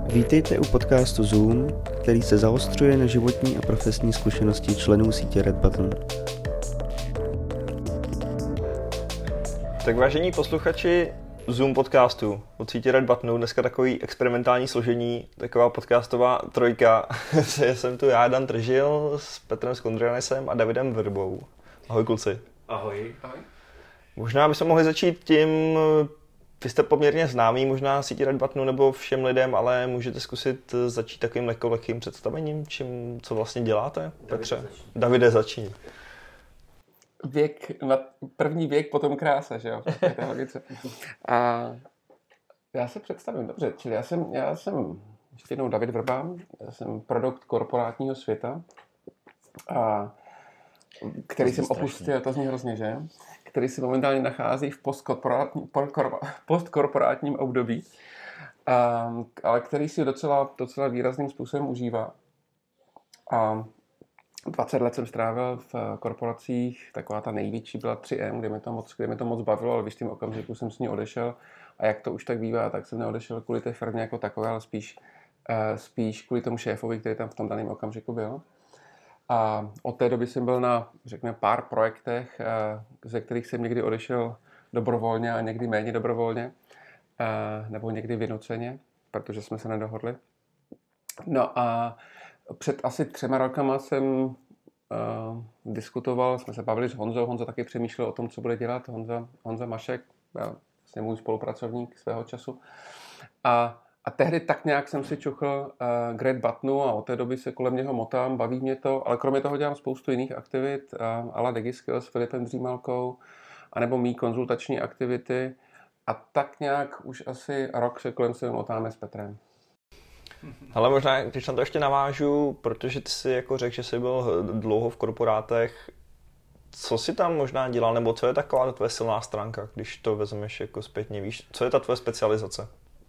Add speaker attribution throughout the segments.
Speaker 1: Vítejte u podcastu Zoom, který se zaostřuje na životní a profesní zkušenosti členů sítě Red Button.
Speaker 2: Tak vážení posluchači Zoom podcastu od sítě Red Buttonu, dneska takový experimentální složení, taková podcastová trojka. Jsem tu já, Dan Tržil, s Petrem Skondrianisem a Davidem Vrbou. Ahoj kluci.
Speaker 3: Ahoj. Ahoj.
Speaker 2: Možná bychom mohli začít tím, vy jste poměrně známí možná sítě Red Buttonu nebo všem lidem, ale můžete zkusit začít takovým lehkým představením, co vlastně děláte, Petře? Davide, začni.
Speaker 3: První věk, potom krása, že jo? A já se představím, dobře, čili já jsem ještě jednou David Vrba, já jsem produkt korporátního světa, který jsem opustil, to zní hrozně, že? Který se momentálně nachází v postkorporátním období, ale který si docela výrazným způsobem užívá. A 20 let jsem strávil v korporacích, taková ta největší byla 3M, kde mě to moc bavilo, ale v jistým okamžiku jsem s ní odešel. A jak to už tak bývá, tak jsem neodešel kvůli té firmě jako takové, ale spíš kvůli tomu šéfovi, který tam v tom daném okamžiku byl. A od té doby jsem byl na, řekněme, pár projektech, ze kterých jsem někdy odešel dobrovolně a někdy méně dobrovolně, nebo někdy vynuceně, protože jsme se nedohodli. No a před asi 3 rokama jsem diskutoval, jsme se bavili s Honzou, Honza taky přemýšlel o tom, co bude dělat, Honza Mašek, vlastně můj spolupracovník svého času. A tehdy tak nějak jsem si čuchl k Red Buttonu a od té doby se kolem něho motám, baví mě to, ale kromě toho dělám spoustu jiných aktivit, a la DigiSkills s Filipem Dřímalkou, anebo mý konzultační aktivity a tak nějak už asi rok se kolem sebe motáme s Petrem.
Speaker 2: Ale možná, když na to ještě navážu, protože ty si jako řekl, že jsi byl dlouho v korporátech, co jsi tam možná dělal, nebo co je taková ta tvoje silná stránka, když to vezmeš jako zpětně, víš, co je ta tvoje specializace?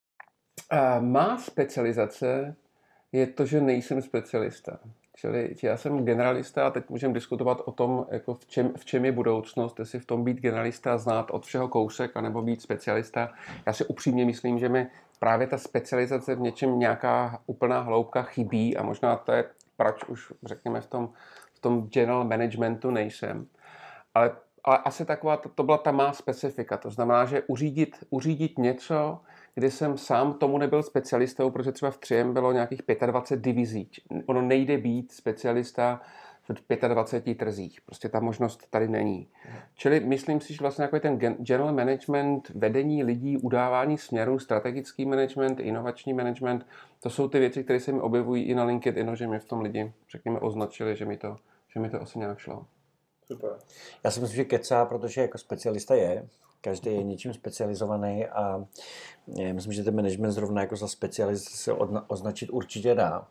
Speaker 3: Má specializace je to, že nejsem specialista. Čili já jsem generalista a teď můžeme diskutovat o tom, jako v čem je budoucnost, jestli v tom být generalista, znát od všeho kousek, anebo být specialista. Já si upřímně myslím, že mi právě ta specializace v něčem nějaká úplná hloubka chybí a možná to je, proč už řekněme v tom general managementu nejsem. Ale asi taková, to byla ta má specifika. To znamená, že uřídit něco, kdy jsem sám tomu nebyl specialistou, protože třeba v 3M bylo nějakých 25 divizí. Ono nejde být specialista v 25 trzích. Prostě ta možnost tady není. Čili myslím si, že vlastně jako ten general management, vedení lidí, udávání směru, strategický management, inovační management, to jsou ty věci, které se mi objevují i na LinkedInu, že mě v tom lidi, řekněme, označili, že mi to asi nějak šlo.
Speaker 4: Super. Já si myslím, že kecá, protože jako specialista je. Každý je něčím specializovaný a myslím, že ten management zrovna jako za specializaci se označit určitě dá.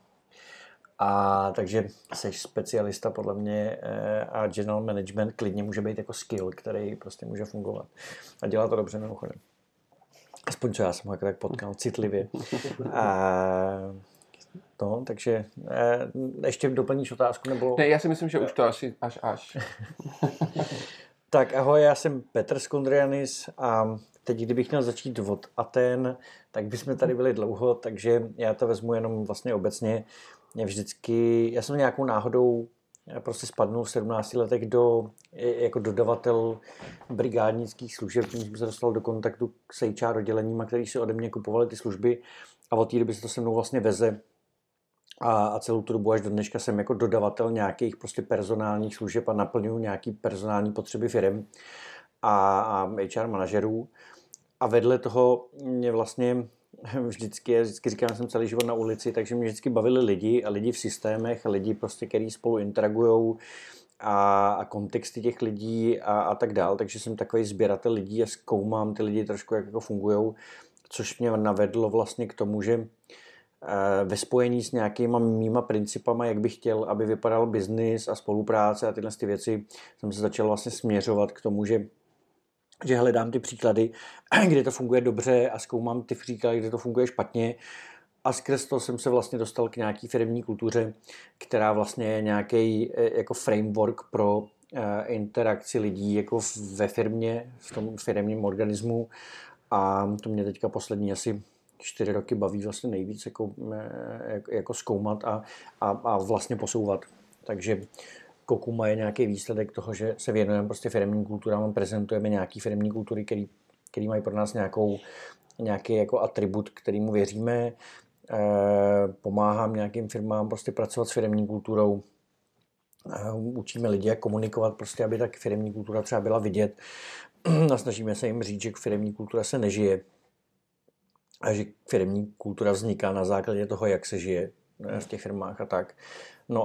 Speaker 4: A takže seš specialista podle mě a general management klidně může být jako skill, který prostě může fungovat. A dělá to dobře mimochodem. Aspoň co já jsem ho tak potkal citlivě. No, takže ještě doplníš otázku? Nebo...
Speaker 3: Ne, já si myslím, že už to asi až.
Speaker 4: Tak ahoj, já jsem Petr Skondrianis a teď, kdybych měl začít od Aten, tak bychom tady byli dlouho, takže já to vezmu jenom vlastně obecně. Já jsem nějakou náhodou prostě spadnul v 17 letech jako dodavatel brigádnických služeb, tím jsem se dostal do kontaktu s HR odděleníma, který si ode mě kupovali ty služby a od té doby se to se mnou vlastně veze. A celou tu dobu až do dneška jsem jako dodavatel nějakých prostě personálních služeb a naplňuji nějaký personální potřeby firem a HR manažerů. A vedle toho mě vlastně vždycky říkám, že jsem celý život na ulici, takže mě vždycky bavili lidi a lidi v systémech a lidi prostě, který spolu interagujou a kontexty těch lidí a tak dál. Takže jsem takový sběratel lidí a zkoumám ty lidi trošku, jak jako fungujou, což mě navedlo vlastně k tomu, že ve spojení s nějakýma mýma principama, jak bych chtěl, aby vypadal biznis a spolupráce a tyhle ty věci, jsem se začal vlastně směřovat k tomu, že hledám ty příklady, kde to funguje dobře a zkoumám ty příklady, kde to funguje špatně. A skrz to jsem se vlastně dostal k nějaký firemní kultuře, která vlastně je nějaký jako framework pro interakci lidí jako ve firmě, v tom firemním organismu. A to mě teďka poslední asi 4 roky baví vlastně nejvíc jako zkoumat a vlastně posouvat. Takže Kokuma je nějaký výsledek toho, že se věnujeme prostě firemním kulturám, prezentujeme nějaký firemní kultury, který mají pro nás nějaký jako atribut, kterýmu věříme. Pomáhám nějakým firmám prostě pracovat s firemní kulturou. Učíme lidi, jak komunikovat, prostě, aby tak firemní kultura třeba byla vidět. A snažíme se jim říct, že firemní kultura se nežije. A že firemní kultura vzniká na základě toho, jak se žije v těch firmách a tak. No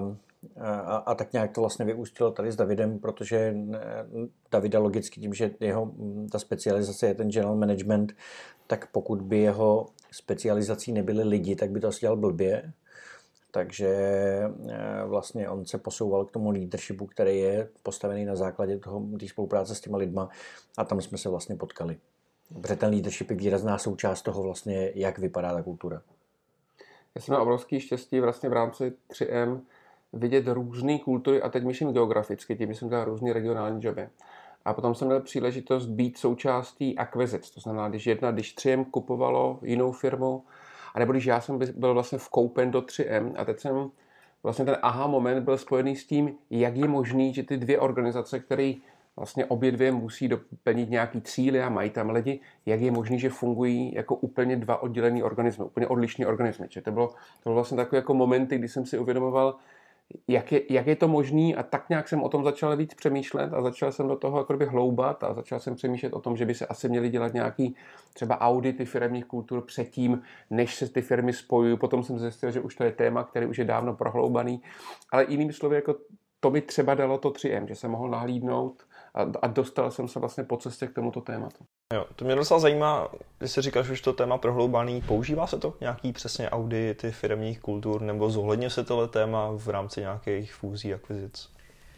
Speaker 4: a tak nějak to vlastně vyústilo tady s Davidem, protože Davida logicky tím, že ta specializace je ten general management, tak pokud by jeho specializací nebyly lidi, tak by to asi dělal blbě. Takže vlastně on se posouval k tomu leadershipu, který je postavený na základě té spolupráce s těma lidma a tam jsme se vlastně potkali. Protože ten leadership je výrazná součást toho vlastně, jak vypadá ta kultura.
Speaker 3: Já jsem měl obrovský štěstí vlastně v rámci 3M vidět různé kultury a teď myslím geograficky, tím jsem dělal různý regionální joby. A potom jsem měl příležitost být součástí akvizic, to znamená, když 3M kupovalo jinou firmu, anebo když já jsem byl vlastně vkoupen do 3M a teď jsem vlastně ten aha moment byl spojený s tím, jak je možný, že ty dvě organizace, které vlastně obě dvě musí doplnit nějaký cíly a mají tam lidi, jak je možný, že fungují jako úplně dva oddělený organismy, úplně odlišný organismy. Čiže to bylo vlastně takové jako momenty, kdy jsem si uvědomoval, jak je to možný a tak nějak jsem o tom začal víc přemýšlet a začal jsem do toho jakoby hloubat a začal jsem přemýšlet o tom, že by se asi měly dělat nějaký třeba audity firemních kultur předtím, než se ty firmy spojují. Potom jsem zjistil, že už to je téma, který už je dávno prohloubaný, ale jinými slovy, jako to mi třeba dalo to 3M, že jsem mohl nahlídnout a dostal jsem se vlastně po cestě k tomuto tématu.
Speaker 2: Jo, to mě docela zajímá, když si říkáš, že už to téma prohloubaný, používá se to nějaký přesně audity firemních kultur nebo zohledňuje se tohle téma v rámci nějakých fúzí, akvizic?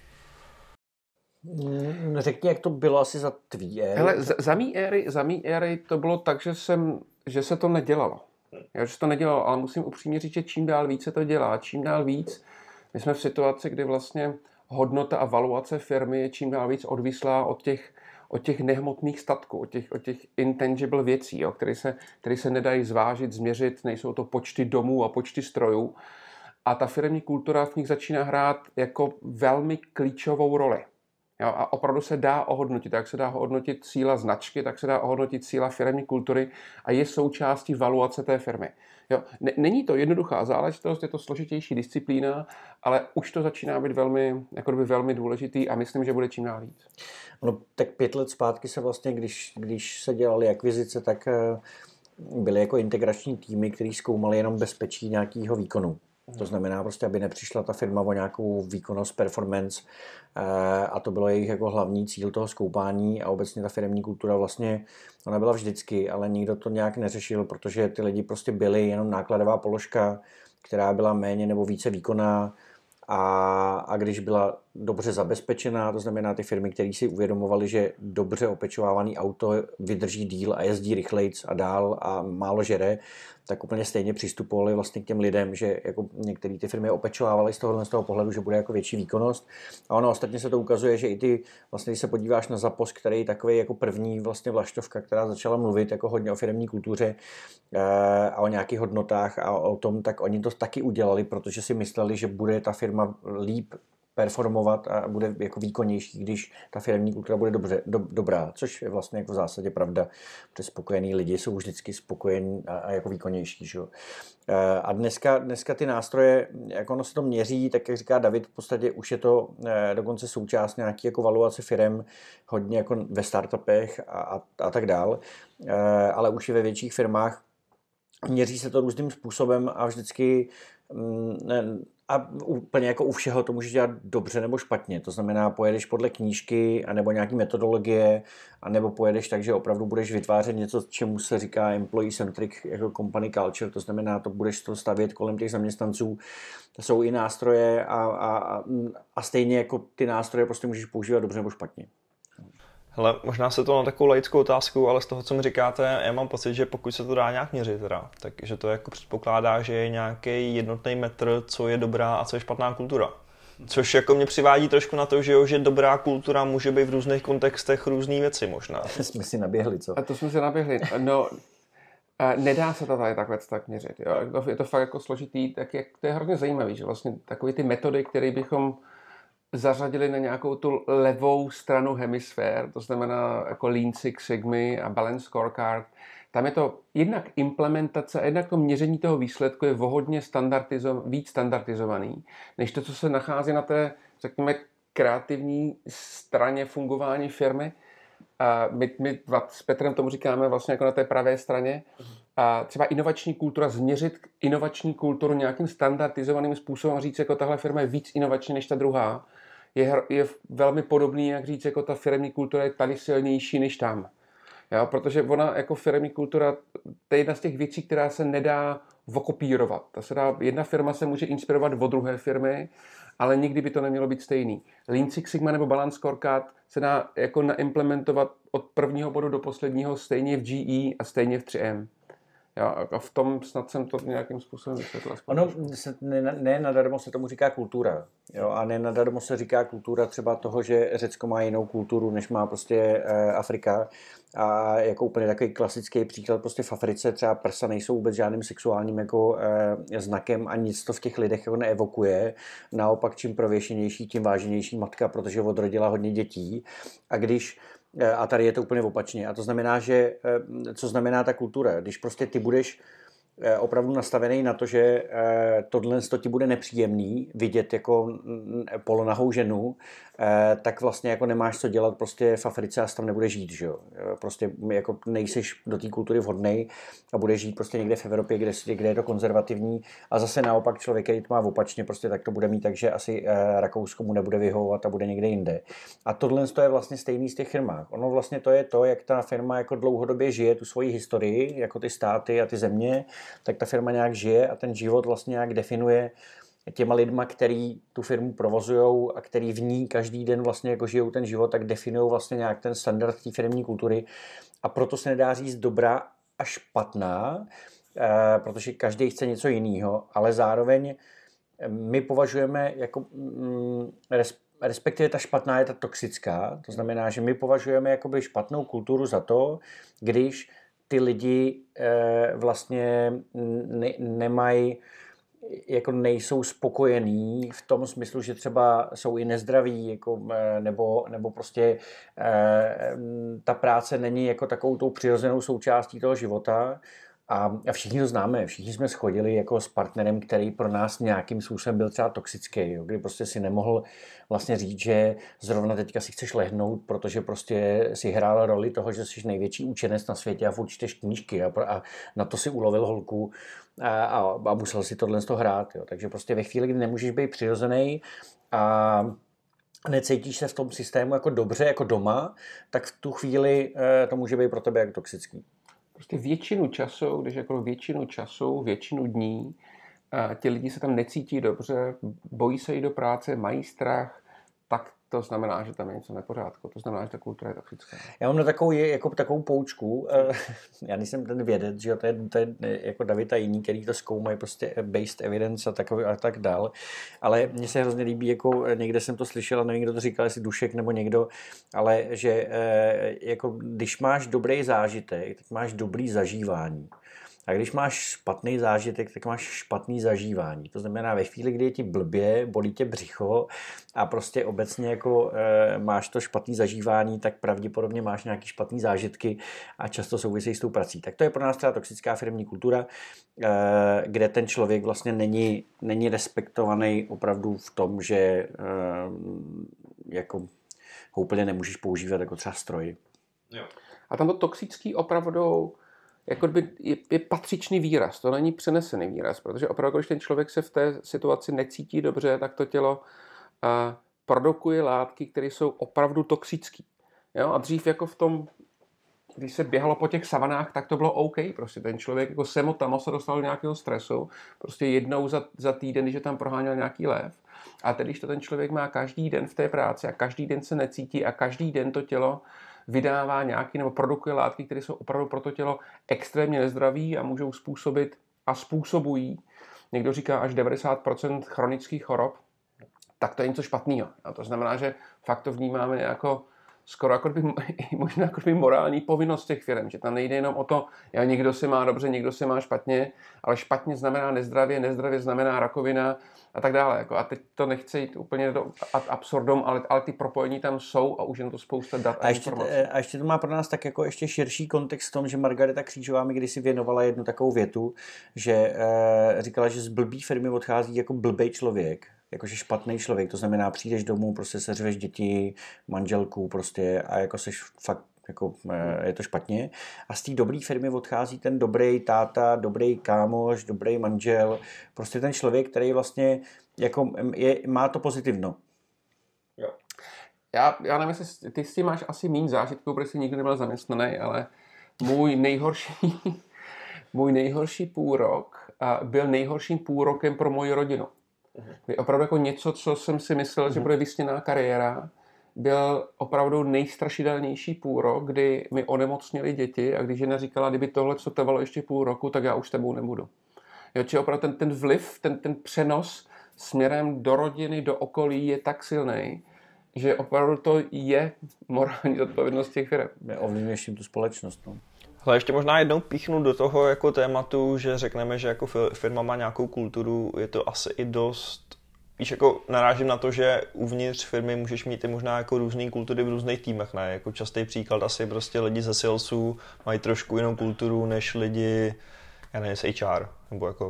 Speaker 4: Řekni, jak to bylo asi za tvý éry.
Speaker 3: Hele, za mý éry to bylo tak, že se to nedělalo. Že se to nedělalo, ale musím upřímně říct, že čím dál víc se to dělá, čím dál víc. My jsme v situaci, kdy vlastně hodnota a valuace firmy je čím dál víc odvislá od těch nehmotných statků, od těch intangible věcí, jo, které se nedají zvážit, změřit, nejsou to počty domů a počty strojů. A ta firemní kultura v nich začíná hrát jako velmi klíčovou roli. Jo, a opravdu se dá ohodnotit. Jak se dá ohodnotit síla značky, tak se dá ohodnotit síla firemní kultury a je součástí valuace té firmy. Jo, není to jednoduchá záležitost, je to složitější disciplína, ale už to začíná být velmi důležitý a myslím, že bude čím dál víc.
Speaker 4: No, tak 5 let zpátky se vlastně, když se dělaly akvizice, tak byly jako integrační týmy, který zkoumali jenom bezpečí nějakého výkonu. To znamená prostě, aby nepřišla ta firma o nějakou výkonnost, performance a to bylo jejich jako hlavní cíl toho zkoumání a obecně ta firemní kultura vlastně, ona byla vždycky, ale nikdo to nějak neřešil, protože ty lidi prostě byli jenom nákladová položka, která byla méně nebo více výkonná a když byla dobře zabezpečená, to znamená ty firmy, které si uvědomovaly, že dobře opečovávaný auto vydrží díl a jezdí rychlejc a dál a málo žere, tak úplně stejně přistupovali vlastně k těm lidem, že jako některé ty firmy opečovávaly z toho pohledu, že bude jako větší výkonnost. A ono ostatně se to ukazuje, že i ty, vlastně když se podíváš na Zappos, který je takový jako první vlastně vlaštovka, která začala mluvit jako hodně o firemní kultuře a o nějakých hodnotách a o tom, tak oni to taky udělali, protože si mysleli, že bude ta firma líp performovat a bude jako výkonnější, když ta firemní kultura bude dobrá, což je vlastně jako v zásadě pravda, protože spokojení lidi jsou vždycky spokojení a jako výkonnější. Že? A dneska ty nástroje, jak ono se to měří, tak jak říká David, v podstatě už je to dokonce součást nějaký jako valuace firem, hodně jako ve startupech a tak dál, ale už i ve větších firmách měří se to různým způsobem a vždycky a úplně jako u všeho to můžeš dělat dobře nebo špatně. To znamená, pojedeš podle knížky anebo nějaký metodologie, anebo pojedeš tak, že opravdu budeš vytvářet něco, čemu se říká employee centric jako company culture. To znamená, to budeš to stavět kolem těch zaměstnanců. To jsou i nástroje a stejně jako ty nástroje prostě můžeš používat dobře nebo špatně.
Speaker 2: Hele, možná se to na takovou laickou otázku, ale z toho, co mi říkáte, já mám pocit, že pokud se to dá nějak měřit, takže to jako předpokládá, že je nějaký jednotný metr, co je dobrá a co je špatná kultura. Což jako mě přivádí trošku na to, že dobrá kultura může být v různých kontextech různý věci možná.
Speaker 4: Jsme si naběhli, co?
Speaker 3: A to jsme si naběhli. No, Nedá se to tady takhle tak měřit. Jo. Je to fakt jako složitý, tak to je hrozně zajímavý, že vlastně takové ty metody, které bychom zařadili na nějakou tu levou stranu hemisfér, to znamená jako Lean Six Sigma a Balance Scorecard, tam je to jednak implementace, jednak to měření toho výsledku je vohodně víc standardizovaný, než to, co se nachází na té, řekněme, kreativní straně fungování firmy. A my s Petrem tomu říkáme vlastně jako na té pravé straně. A třeba inovační kultura, změřit inovační kulturu nějakým standardizovaným způsobem a říct, jako tahle firma je víc inovační než ta druhá, je velmi podobný, jak říct, jako ta firemní kultura je tady silnější než tam. Jo, protože ona jako firemní kultura, to je jedna z těch věcí, která se nedá okopírovat. Jedna firma se může inspirovat od druhé firmy, ale nikdy by to nemělo být stejný. Lean Six Sigma nebo Balance Scorecard se dá jako naimplementovat od prvního bodu do posledního stejně v GE a stejně v 3M. Jo, a v tom snad jsem to nějakým způsobem vysvětlil.
Speaker 4: Ono ne nadarmo se tomu říká kultura. Jo, a ne nadarmo se říká kultura třeba toho, že Řecko má jinou kulturu, než má prostě Afrika. A jako úplně takový klasický příklad, prostě v Africe třeba prsa nejsou vůbec žádným sexuálním jako znakem a nic to v těch lidech jako neevokuje. Naopak, čím prověšenější, tím váženější matka, protože odrodila hodně dětí. A tady je to úplně opačně. A to znamená, že co znamená ta kultura? Když prostě ty budeš opravdu nastavený na to, že tohle ti bude nepříjemný vidět jako polonahou ženu, tak vlastně jako nemáš co dělat prostě v Africe a tam nebudeš žít, že jo. Prostě jako nejseš do té kultury vhodnej a budeš žít prostě někde v Evropě, kde je to konzervativní a zase naopak člověk, který to má opačně, prostě tak to bude mít tak, že asi Rakousko mu nebude vyhovovat a bude někde jinde. A tohle je vlastně stejný z těch firmách. Ono vlastně to je to, jak ta firma jako dlouhodobě žije tu svoji historii, jako ty státy a ty země, tak ta firma nějak žije a ten život vlastně nějak definuje těma lidma, který tu firmu provozujou a který v ní každý den vlastně jako žijou ten život, tak definují vlastně nějak ten standard té firmní kultury a proto se nedá říct dobrá a špatná, protože každý chce něco jiného, ale zároveň my považujeme jako respektive ta špatná je ta toxická, to znamená, že my považujeme jakoby špatnou kulturu za to, když ty lidi vlastně nemají, jako nejsou spokojení v tom smyslu, že třeba jsou i nezdraví, jako, nebo prostě ta práce není jako takovou tou přirozenou součástí toho života. A všichni to známe, všichni jsme schodili jako s partnerem, který pro nás nějakým způsobem byl třeba toxický, jo, kdy prostě si nemohl vlastně říct, že zrovna teďka si chceš lehnout, protože prostě si hrál roli toho, že jsi největší učenec na světě a furt čteš knížky a na to si ulovil holku a musel si tohle z toho hrát. Jo. Takže prostě ve chvíli, kdy nemůžeš být přirozený a necítíš se v tom systému jako dobře, jako doma, tak v tu chvíli to může být pro tebe jako toxický.
Speaker 3: Prostě většinu času, většinu dní, ti lidi se tam necítí dobře, bojí se jít do práce, mají strach, tak to znamená, že tam je něco nepořádku. To znamená, že ta kultura je toxická.
Speaker 4: Já mám na takovou poučku. Já nejsem ten vědec, že jo, to je jako David a jiný, který to zkoumají, prostě based evidence a tak dál. Ale mně se hrozně líbí, jako někde jsem to slyšel, nevím, kdo to říkal, jestli Dušek nebo někdo, ale že jako když máš dobrý zážitek, tak máš dobrý zažívání. A když máš špatný zážitek, tak máš špatný zažívání. To znamená, ve chvíli, kdy je ti blbě, bolí tě břicho a prostě obecně jako máš to špatný zažívání, tak pravděpodobně máš nějaký špatný zážitky a často souvisejí s tou prací. Tak to je pro nás třeba toxická firemní kultura, kde ten člověk vlastně není respektovaný opravdu v tom, že jako ho úplně nemůžeš používat jako třeba stroj.
Speaker 3: Jo. A tam to toxický opravdu jako by je patřičný výraz, to není přenesený výraz, protože opravdu, když ten člověk se v té situaci necítí dobře, tak to tělo produkuje látky, které jsou opravdu toxické. A dřív jako v tom, když se běhalo po těch savanách, tak to bylo OK. Prostě ten člověk jako samotamo se dostal do nějakého stresu, prostě jednou za týden, když je tam proháněl nějaký lev. A teď, když to ten člověk má každý den v té práci a každý den se necítí a každý den to tělo vydává nějaký nebo produkuje látky, které jsou opravdu pro to tělo extrémně nezdraví a můžou způsobit a způsobují, někdo říká až 90% chronických chorob, tak to je něco špatného. A to znamená, že fakt to vnímáme jako skoro jako by, možná jako by morální povinnost těch firm, že tam nejde jenom o to, někdo si má dobře, někdo si má špatně, ale špatně znamená nezdravě, nezdravě znamená rakovina a tak dále. Jako. A teď to nechci jít úplně do ad absurdum, ale ty propojení tam jsou a už jen to spousta dat a informací.
Speaker 4: A ještě to má pro nás tak jako ještě širší kontext v tom, že Margareta Křížová mi kdysi věnovala jednu takovou větu, že říkala, že z blbý firmy odchází jako blbej člověk, jakože špatný člověk, to znamená přijdeš domů, prostě seřveš děti, manželku prostě a jako seš fakt jako je to špatně. A z té dobré firmy odchází ten dobrý táta, dobrý kámoš, dobrý manžel, prostě ten člověk, který vlastně jako má to pozitivno.
Speaker 3: Jo. Já nevím, jestli ty s tím máš asi méně zážitků, protože jsi nikdy nebyl zaměstnaný, ale můj nejhorší půlrok byl nejhorším půlrokem pro moji rodinu. Je opravdu jako něco, co jsem si myslel, že bude vysněná kariéra, byl opravdu nejstrašidelnější půlrok, kdy mi onemocnili děti a když žena říkala, kdyby tohle co trvalo ještě půl roku, tak já už s tebou nebudu. Jo, či opravdu ten vliv, ten přenos směrem do rodiny, do okolí je tak silný, že opravdu to je morální odpovědnost těch firm.
Speaker 4: Ovlivňuješ tím tu společnost. No.
Speaker 2: Ale ještě možná jednou píchnu do toho jako tématu, že řekneme, že jako firma má nějakou kulturu, je to asi i dost, víš, jako narážím na to, že uvnitř firmy můžeš mít i možná jako různý kultury v různých týmech, ne? Jako častý příklad asi prostě lidi ze salesu mají trošku jinou kulturu než lidi, já nevím, z HR, nebo jako...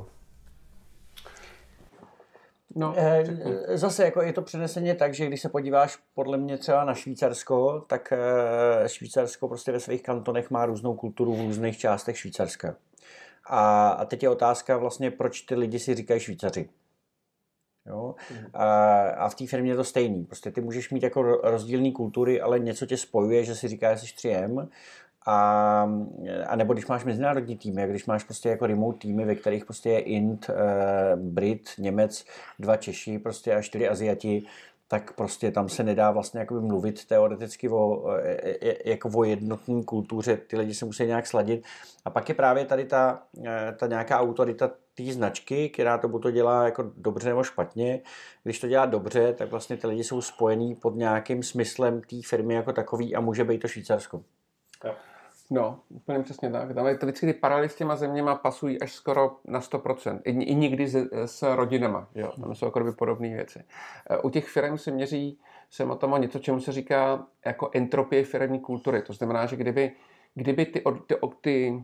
Speaker 4: No, zase jako je to přeneseně tak, že když se podíváš podle mě třeba na Švýcarsko, tak Švýcarsko prostě ve svých kantonech má různou kulturu v různých částech Švýcarska. A teď je otázka vlastně, proč ty lidi si říkají Švýcaři. Jo? A v té firmě je to stejný. Prostě ty můžeš mít jako rozdílné kultury, ale něco tě spojuje, že si říká, že jsi 3M. A nebo když máš mezinárodní týmy, když máš prostě jako remote týmy, ve kterých prostě je Int, Brit, Němec, 2 Češi prostě a 4 Aziati, tak prostě tam se nedá vlastně jakoby mluvit teoreticky jako o jednotné kultuře, ty lidi se musí nějak sladit. A pak je právě tady ta nějaká autorita té značky, která to buď to dělá jako dobře nebo špatně. Když to dělá dobře, tak vlastně ty lidi jsou spojení pod nějakým smyslem té firmy jako takový a může být to Švýcarsko.
Speaker 3: No, úplně přesně tak. Tam je to vždycky ty paralely s těma zeměma pasují až skoro na 100%. I někdy s rodinama. Jo? Tam jsou jako podobné věci. U těch firm se měří o tom něco, čemu se říká jako entropie firemní kultury. To znamená, že kdyby ty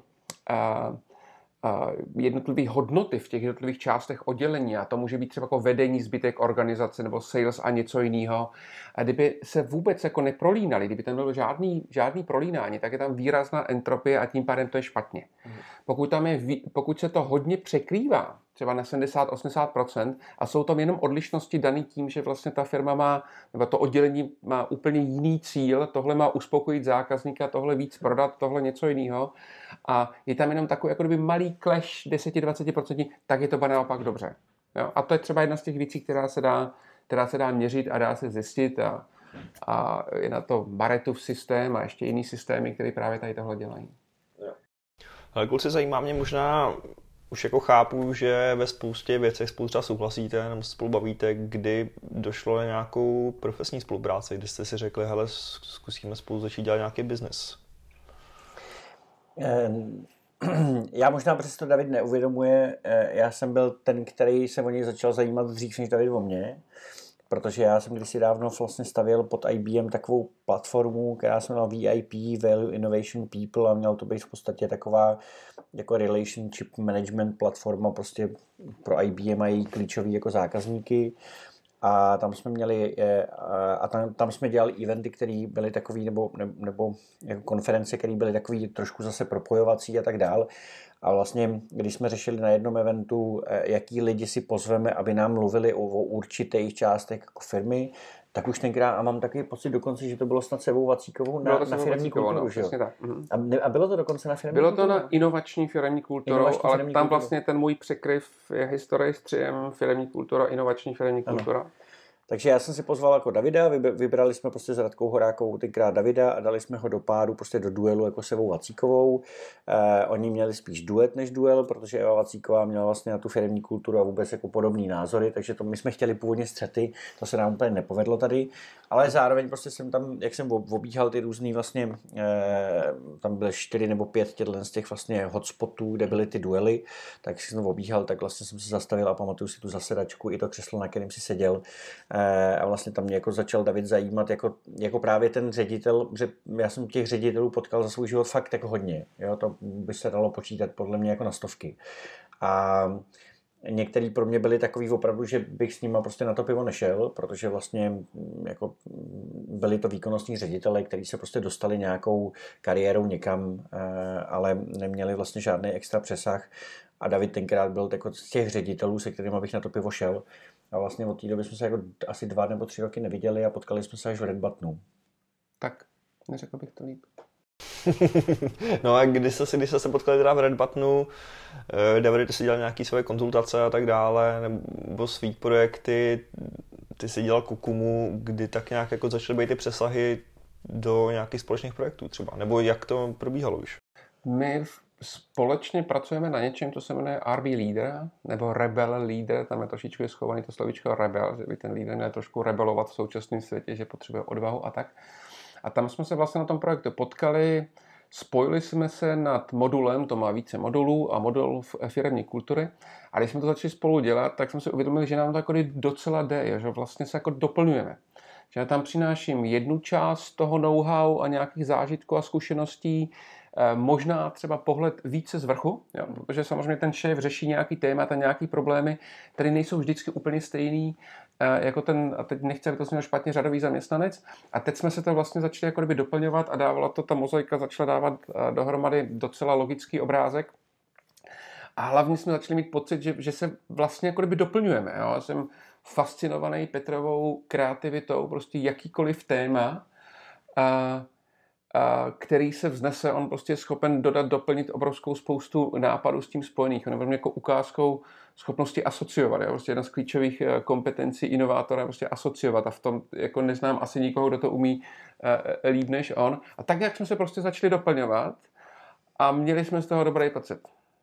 Speaker 3: jednotlivé hodnoty v těch jednotlivých částech oddělení, a to může být třeba jako vedení, zbytek organizace nebo sales a něco jiného, a kdyby se vůbec jako neprolínali, kdyby tam bylo žádný prolínání, tak je tam výrazná entropie a tím pádem to je špatně. Pokud se to hodně překrývá, třeba na 70-80%, a jsou tam jenom odlišnosti daný tím, že vlastně ta firma má, nebo to oddělení má úplně jiný cíl, tohle má uspokojit zákazníka, tohle víc prodat, tohle něco jiného, a je tam jenom takový jako kdyby malý clash 10-20%, tak je to naopak dobře. Jo? A to je třeba jedna z těch věcí, která se dá měřit a dá se zjistit, a je na to Barrettův systém a ještě jiný systémy, které právě tady tohle dělají.
Speaker 2: Ale kluci, zajímá mě možná, už jako chápu, že ve spoustě věcech spolu třeba souhlasíte, nebo spolu bavíte, kdy došlo na nějakou profesní spolupráci, kdy jste si řekli, hele, zkusíme spolu začít dělat nějaký biznes.
Speaker 4: Já možná, protože to David neuvědomuje, já jsem byl ten, který se o něj začal zajímat dřív než David o mě, protože já jsem kdysi dávno vlastně stavěl pod IBM takovou platformu, která se jmenovala VIP, Value Innovation People, a měla to být v podstatě taková jako relationship management platforma prostě pro IBM a její klíčový jako zákazníky. A tam jsme měli, tam jsme dělali eventy, které byly takový, nebo jako konference, které byly takový trošku zase propojovací a tak dál. A vlastně, když jsme řešili na jednom eventu, jaký lidi si pozveme, aby nám mluvili o určitých částech jako firmy, tak už tenkrát, a mám takový pocit dokonce, že to bylo snad Sevou Vacíkovou na firemní kulturu, že jo? A bylo to dokonce na firemní kulturu?
Speaker 3: Bylo to na inovační firemní kulturu, ale tam vlastně ten můj překryv je historie s 3M, firemní kultura, inovační firemní kultura.
Speaker 4: Takže já jsem si pozval jako Davida, vybrali jsme prostě s Radkou Horákovou tenkrát Davida a dali jsme ho do páru, prostě do duelu jako s Evou Vacíkovou. Oni měli spíš duet než duel, protože Eva Vacíková měla vlastně na tu firemní kulturu a vůbec jako podobný názory, takže to my jsme chtěli původně střety, to se nám úplně nepovedlo tady, ale zároveň prostě jsem tam, jak jsem obíhal ty různý vlastně, tam byly 4 nebo 5 z těch vlastně hotspotů, kde byly ty duely, tak jsem obíhal, tak vlastně jsem se zastavil a pamatuju si tu zasedačku i to křeslo, na kterém si seděl. A vlastně tam mě jako začal David zajímat jako právě ten ředitel, že já jsem těch ředitelů potkal za svůj život fakt jako hodně. Jo? To by se dalo počítat podle mě jako na stovky. A některý pro mě byli takový opravdu, že bych s nima prostě na to pivo nešel, protože vlastně jako byli to výkonnostní ředitele, kteří se prostě dostali nějakou kariérou někam, ale neměli vlastně žádný extra přesah. A David tenkrát byl jako z těch ředitelů, se kterými bych na to pivo šel. A vlastně od té doby jsme se jako asi 2 nebo 3 roky neviděli a potkali jsme se až v Red Buttonu.
Speaker 3: Tak, neřekl bych to líp.
Speaker 2: No a když jste se potkali teda v Red Buttonu, David, ty jsi dělal nějaké svoje konzultace a tak dále, nebo svý projekty, ty jsi dělal Kukumu, kdy tak nějak jako začaly být ty přesahy do nějakých společných projektů třeba, nebo jak to probíhalo už?
Speaker 3: My společně pracujeme na něčem, co se jmenuje RB Leader, nebo Rebel Leader, tam je trošičku schovaný to slovíčko rebel, že by ten lídr měl trošku rebelovat v současném světě, že potřebuje odvahu a tak. A tam jsme se vlastně na tom projektu potkali, spojili jsme se nad modulem, to má více modulů a modul firemní kultury. A když jsme to začali spolu dělat, tak jsme si uvědomili, že nám to jako docela jde, že vlastně se jako doplňujeme. Že já tam přináším jednu část toho know-how a nějakých zážitků a zkušeností, možná třeba pohled více z vrchu, jo? Protože samozřejmě ten šéf řeší nějaký témata, nějaký problémy, které nejsou vždycky úplně stejný jako ten, a teď nechci, aby to znělo špatně, řadový zaměstnanec. A teď jsme se to vlastně začali jako kdyby doplňovat a dávala to, ta mozaika začala dávat dohromady docela logický obrázek. A hlavně jsme začali mít pocit, že se vlastně jako kdyby doplňujeme. Jo? Já jsem fascinovaný Petrovou kreativitou, prostě jakýkoliv téma, který se vznese, on prostě je schopen doplnit obrovskou spoustu nápadů s tím spojených. On je jako ukázkou schopnosti asociovat. Je prostě jedna z klíčových kompetencí inovátora je prostě asociovat a v tom jako neznám asi nikoho, kdo to umí líp než on. A tak, jak jsme se prostě začali doplňovat a měli jsme z toho dobrý pocit.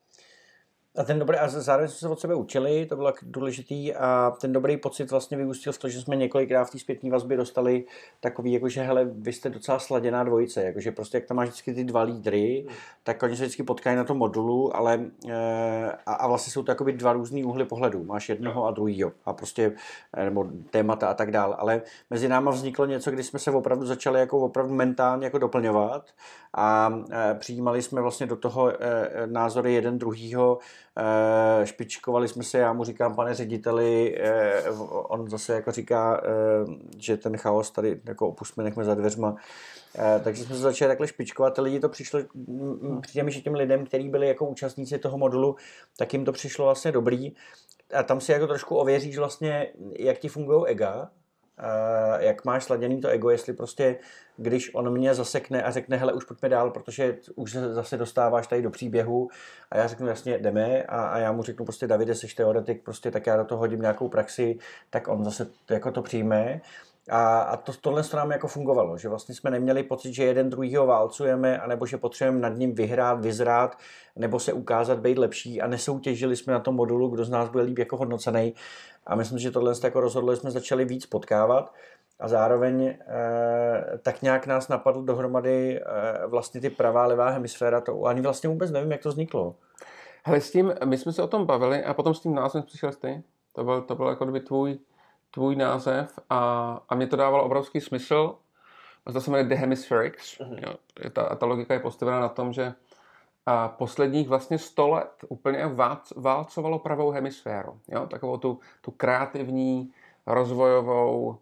Speaker 4: A zároveň jsme se od sebe učili, to bylo důležitý a ten dobrý pocit vlastně vyústil v to, že jsme několikrát v té zpětné vazbě dostali takový, jakože hele, vy jste docela sladěná dvojice, jakože prostě jak tam máš vždycky ty 2 lídry, tak oni se vždycky potkají na tom modulu, ale a vlastně jsou to jakoby 2 různý úhly pohledu, máš jednoho a druhýho a prostě, nebo témata a tak dál, ale mezi náma vzniklo něco, kdy jsme se opravdu začali jako opravdu mentálně jako doplňovat a přijímali jsme vlastně do toho názory jeden druhýho, špičkovali jsme se, já mu říkám, pane řediteli, on zase jako říká, že ten chaos tady jako opustíme, nechme za dveřma. Takže jsme se začali takhle špičkovat. Ty lidi to přišlo, přijde těm lidem, kteří byli jako účastníci toho modulu, tak jim to přišlo vlastně dobrý. A tam si jako trošku ověříš vlastně, jak ti fungují ega, jak máš sladěný to ego, jestli prostě, když on mě zasekne a řekne, hele, už pojďme dál, protože už se zase dostáváš tady do příběhu a já řeknu, jasně, jdeme a já mu řeknu, prostě Davide, seš teoretik, prostě tak já do toho hodím nějakou praxi, tak on zase jako to přijme. A tohle nám jako fungovalo, že vlastně jsme neměli pocit, že jeden druhýho válcujeme, anebo že potřebujeme nad ním vyhrát, vyzrát, nebo se ukázat, být lepší a nesoutěžili jsme na tom modulu, kdo z nás bude líp jako hodnocený. A myslím, že tohle jako rozhodlo, jsme začali víc potkávat a zároveň tak nějak nás napadl dohromady vlastně ty pravá, levá hemisféra, to ani vlastně vůbec nevím, jak to vzniklo.
Speaker 3: Hele, s tím, my jsme se o tom bavili a potom s tím názvem přišel ty. To byl jako kdyby tvůj název a mě to dávalo obrovský smysl. To se jmenuje The Hemispherics. Ta logika je postavená na tom, že posledních vlastně 100 let úplně válcovalo pravou hemisféru. Jo? Takovou tu kreativní, rozvojovou,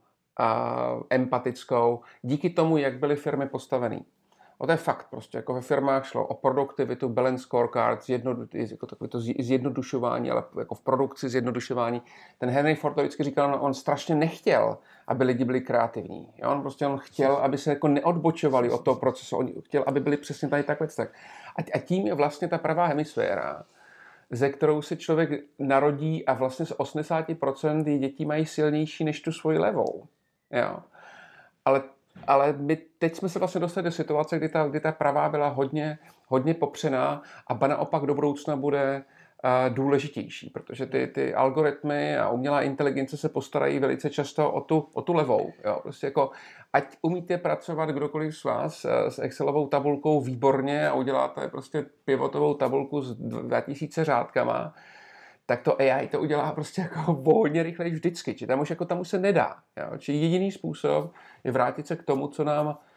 Speaker 3: empatickou, díky tomu, jak byly firmy postavený. To je fakt prostě, jako ve firmách šlo o produktivitu, balance scorecard, jako takové to zjednodušování, ale jako v produkci zjednodušování. Ten Henry Ford to vždycky říkal, on strašně nechtěl, aby lidi byli kreativní. Jo? On chtěl, aby se jako neodbočovali od toho procesu, on chtěl, aby byli přesně tady takhle. A tím je vlastně ta pravá hemisféra ze kterou se člověk narodí a vlastně z 80% dětí mají silnější než tu svoji levou. Jo. Ale my teď jsme se vlastně dostali do situace, kdy ta pravá byla hodně popřená a ba naopak do budoucna bude důležitější, protože ty algoritmy a umělá inteligence se postarají velice často o tu levou. Jo? Prostě jako, ať umíte pracovat kdokoliv z vás s Excelovou tabulkou výborně a uděláte prostě pivotovou tabulku s 2000 řádkama, tak to AI to udělá prostě jako volně rychleji vždycky. Či tam už se nedá. Jo? Či jediný způsob je vrátit se k tomu, co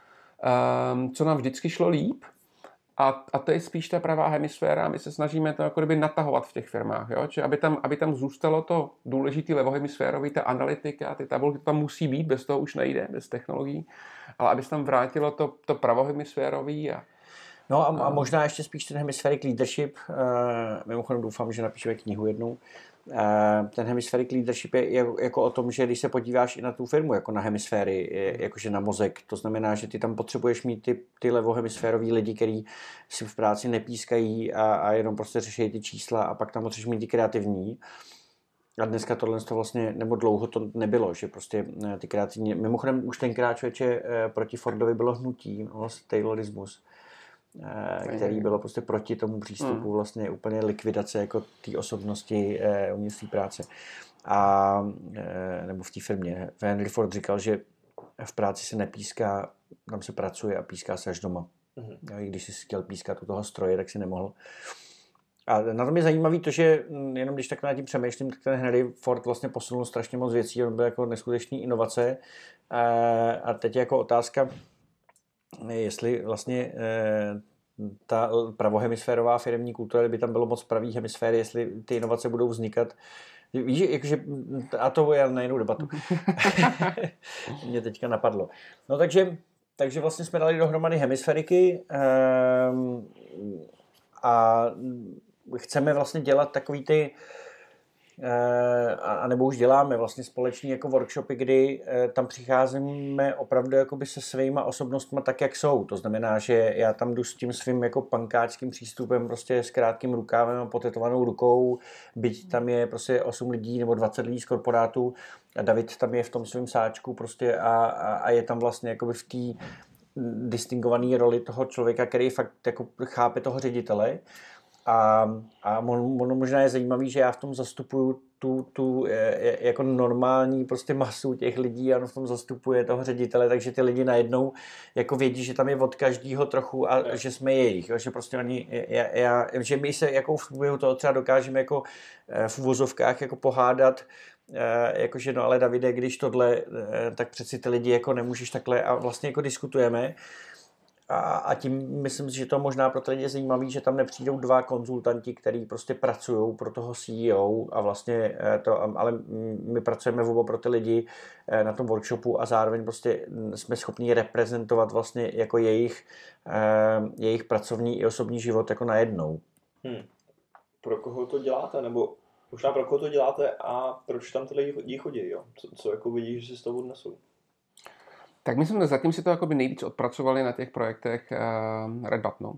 Speaker 3: nám vždycky šlo líp. A to je spíš ta pravá hemisféra. My se snažíme to jako kdyby natahovat v těch firmách. Jo? Či aby tam zůstalo to důležitý levohemisférový, ta analytika a ty tabulky, to tam musí být, bez toho už nejde, bez technologií. Ale aby se tam vrátilo to pravohemisférový
Speaker 4: No a možná ještě spíš ten hemispheric leadership, mimochodem doufám, že napíšeme knihu jednou, ten hemispheric leadership je jako o tom, že když se podíváš i na tu firmu, jako na hemisféry, jakože na mozek, to znamená, že ty tam potřebuješ mít ty levohemisférový lidi, kteří si v práci nepískají a jenom prostě řeší ty čísla a pak tam potřebuješ mít ty kreativní. A dneska tohle vlastně, nebo dlouho to nebylo, že prostě ty kreativní, mimochodem už tenkrát člověče proti Fordovi bylo hnutí, vlastně Taylorismus, který bylo prostě proti tomu přístupu vlastně úplně likvidace jako té osobnosti uvnitř té práce. A nebo v té firmě. Henry Ford říkal, že v práci se nepíská, tam se pracuje a píská se až doma. I když jsi chtěl pískat u toho stroje, tak si nemohl. A na tom je zajímavý to, že jenom když tak nad tím přemýšlím, tak ten Henry Ford vlastně posunul strašně moc věcí, on byl jako neskutečný inovace. A teď je jako otázka, jestli vlastně ta pravohemisférová firemní kultura, kdyby tam bylo moc pravý hemisféry, jestli ty inovace budou vznikat. Víš, jakože, a to je na jinou debatu. Mě teďka napadlo. No takže vlastně jsme dali dohromady hemisfériky a chceme vlastně dělat takový ty a nebo už děláme vlastně společný jako workshopy, kdy tam přicházíme opravdu jakoby se svýma osobnostma tak, jak jsou. To znamená, že já tam jdu s tím svým jako pankáčským přístupem, prostě s krátkým rukávem a potetovanou rukou, byť tam je prostě 8 lidí nebo 20 lidí z korporátu a David tam je v tom svém sáčku prostě a je tam vlastně jakoby v té distingované roli toho člověka, který fakt jako chápe toho ředitele. A možná je zajímavý, že já v tom zastupuju tu jako normální prostě masu těch lidí a on v tom zastupuje toho ředitele, takže ty lidi najednou jako vědí, že tam je od každého trochu a že jsme jejich, že prostě oni, že my se jako v průběhu toho třeba dokážeme jako v uvozovkách jako pohádat, jakože no ale Davide, když tohle, tak přeci ty lidi jako nemůžeš takhle a vlastně jako diskutujeme. A tím myslím si, že to možná pro ty lidi je zajímavý, že tam nepřijdou 2 konzultanti, kteří prostě pracují pro toho CEO a vlastně to, ale my pracujeme oba pro ty lidi na tom workshopu a zároveň prostě jsme schopni reprezentovat vlastně jako jejich pracovní i osobní život jako najednou.
Speaker 2: Pro koho to děláte? Nebo možná pro koho to děláte a proč tam ty lidi chodí? Jo? Co jako vidíš, že si z toho odnesou?
Speaker 3: Tak my jsme zatím si to jakoby nejvíc odpracovali na těch projektech Red Buttonu.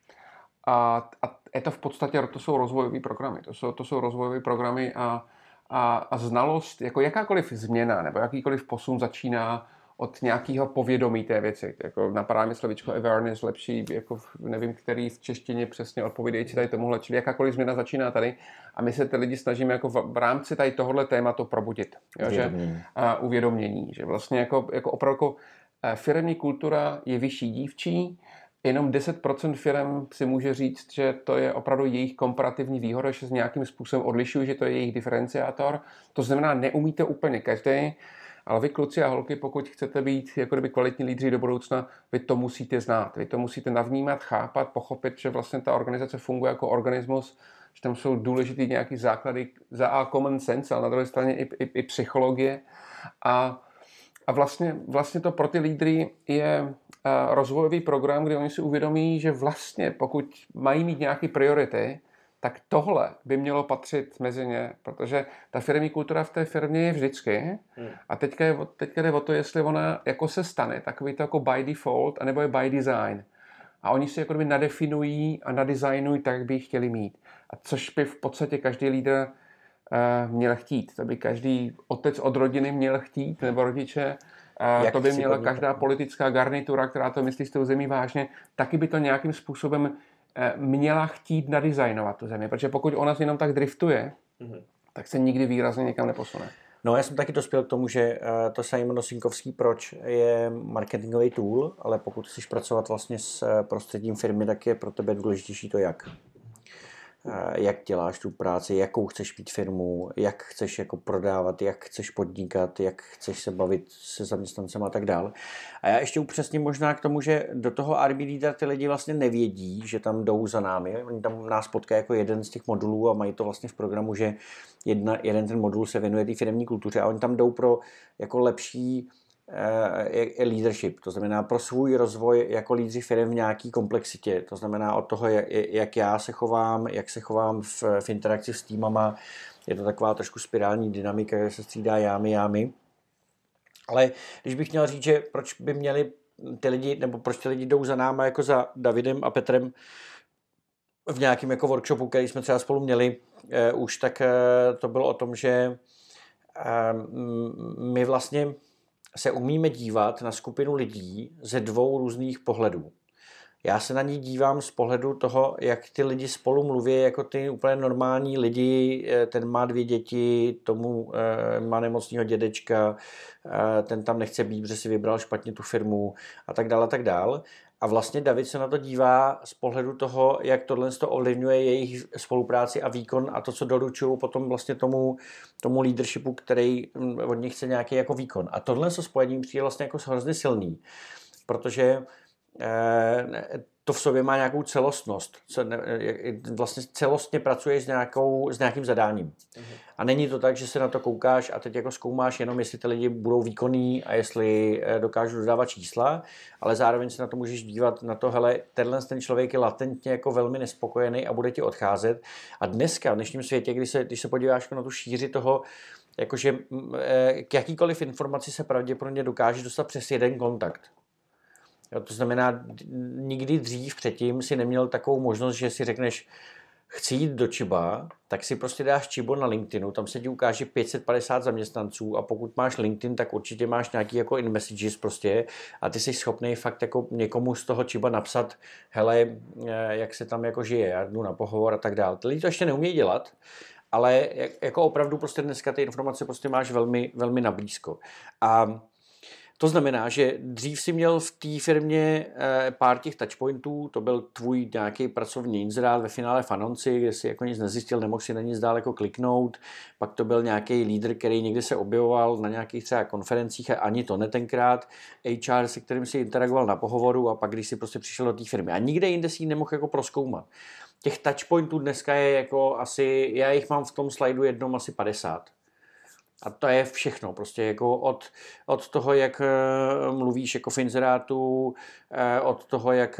Speaker 3: A je to v podstatě, to jsou rozvojové programy. To jsou rozvojové programy a znalost, jako jakákoliv změna nebo jakýkoliv posun začíná od nějakého povědomí té věci. Jako napadá mi slovíčko awareness, lepší, jako nevím, který v češtině přesně odpovídající tady tomuhle. Čili jakákoliv změna začíná tady a my se ty lidi snažíme jako v rámci tady tohohle tématu probudit. Jo, uvědomění. Že vlastně jako opravdu firemní kultura je vyšší dívčí, jenom 10% firem si může říct, že to je opravdu jejich komparativní výhoda, že se nějakým způsobem odlišují, že to je jejich diferenciátor. To znamená, neumíte úplně každý, ale vy kluci a holky, pokud chcete být jako kdyby kvalitní lídři do budoucna, vy to musíte znát. Vy to musíte navnímat, chápat, pochopit, že vlastně ta organizace funguje jako organismus, že tam jsou důležitý nějaký základy za A common sense, ale na druhé straně i psychologie. A vlastně to pro ty lídry je rozvojový program, kde oni si uvědomí, že vlastně pokud mají mít nějaké priority, tak tohle by mělo patřit mezi ně, protože ta firemní kultura v té firmě je vždycky a teďka jde o to, jestli ona jako se stane takový to jako by default, anebo je by design. a oni si jako kdyby nadefinují a nadesignují tak, jak by ji chtěli mít. A což by v podstatě každý lídr měl chtít. To by každý otec od rodiny měl chtít, nebo rodiče. To by měla každá politická garnitura, která to myslí s tou zemí vážně, taky by to nějakým způsobem měla chtít nadizajnovat tu zemi. Protože pokud ona jenom tak driftuje, tak se nikdy výrazně někam neposune.
Speaker 4: No, já jsem taky dospěl k tomu, že to Simon Sinkovský proč je marketingový tool, ale pokud chceš pracovat vlastně s prostředím firmy, tak je pro tebe důležitější to jak. Jak děláš tu práci, jakou chceš mít firmu, jak chceš jako prodávat, jak chceš podnikat, jak chceš se bavit se zaměstnancem a tak dále. A já ještě upřesním možná k tomu, že do toho RB Leader ty lidi vlastně nevědí, že tam jdou za námi. Oni tam nás potkají jako jeden z těch modulů a mají to vlastně v programu, že jeden ten modul se věnuje té firemní kultuře a oni tam jdou pro jako lepší leadership, to znamená pro svůj rozvoj jako lídři firem v nějaký komplexitě, to znamená od toho, jak já se chovám, jak se chovám v interakci s týmama, je to taková trošku spirální dynamika, kde se střídá jámy. Ale když bych měl říct, že proč by měli ty lidi, nebo proč ty lidi jdou za náma jako za Davidem a Petrem v nějakém jako workshopu, který jsme třeba spolu měli už, tak to bylo o tom, že my vlastně se umíme dívat na skupinu lidí ze dvou různých pohledů. Já se na ní dívám z pohledu toho, jak ty lidi spolu mluví, jako ty úplně normální lidi, ten má 2 děti, tomu má nemocného dědečka, ten tam nechce být, protože si vybral špatně tu firmu a tak dále, a tak dále. A vlastně David se na to dívá z pohledu toho, jak tohle ovlivňuje jejich spolupráci a výkon a to, co doručují potom vlastně tomu leadershipu, který od nich chce nějaký jako výkon. A tohle spojení přijde vlastně jako hrozně silný, protože to v sobě má nějakou celostnost. Vlastně celostně pracuješ s nějakým zadáním. A není to tak, že se na to koukáš a teď jako zkoumáš jenom, jestli ty lidi budou výkonní a jestli dokážou dodávat čísla, ale zároveň se na to můžeš dívat na to, hele, ten člověk je latentně jako velmi nespokojený a bude ti odcházet. A dneska, v dnešním světě, když se podíváš na tu šíři toho, jakože k jakýkoliv informaci se pravděpodobně dokážeš dostat přes jeden kontakt. Jo, to znamená, nikdy dřív předtím si neměl takovou možnost, že si řekneš, chci jít do Chiba, tak si prostě dáš Chibo na LinkedInu, tam se ti ukáže 550 zaměstnanců a pokud máš LinkedIn, tak určitě máš nějaký jako in-messages prostě a ty jsi schopný fakt jako někomu z toho Chiba napsat, hele, jak se tam jako žije, já jdu na pohovor a tak dále. Ty lidi to ještě neumějí dělat, ale jako opravdu prostě dneska ty informace prostě máš velmi, velmi nablízko. A to znamená, že dřív si měl v té firmě pár těch touchpointů, to byl tvůj nějaký pracovní inzerát ve finále v anonci, kde si jako nic nezjistil, nemohl si na nic dál jako kliknout, pak to byl nějaký lídr, který někde se objevoval na nějakých třeba konferencích a ani to ne tenkrát, HR, se kterým si interagoval na pohovoru a pak když si prostě přišel do té firmy a nikde jinde si ji nemohl jako prozkoumat. Těch touchpointů dneska je jako asi, já jich mám v tom slajdu jednom asi 50. A to je všechno, prostě jako od toho, jak mluvíš jako v inzerátu, od toho, jak,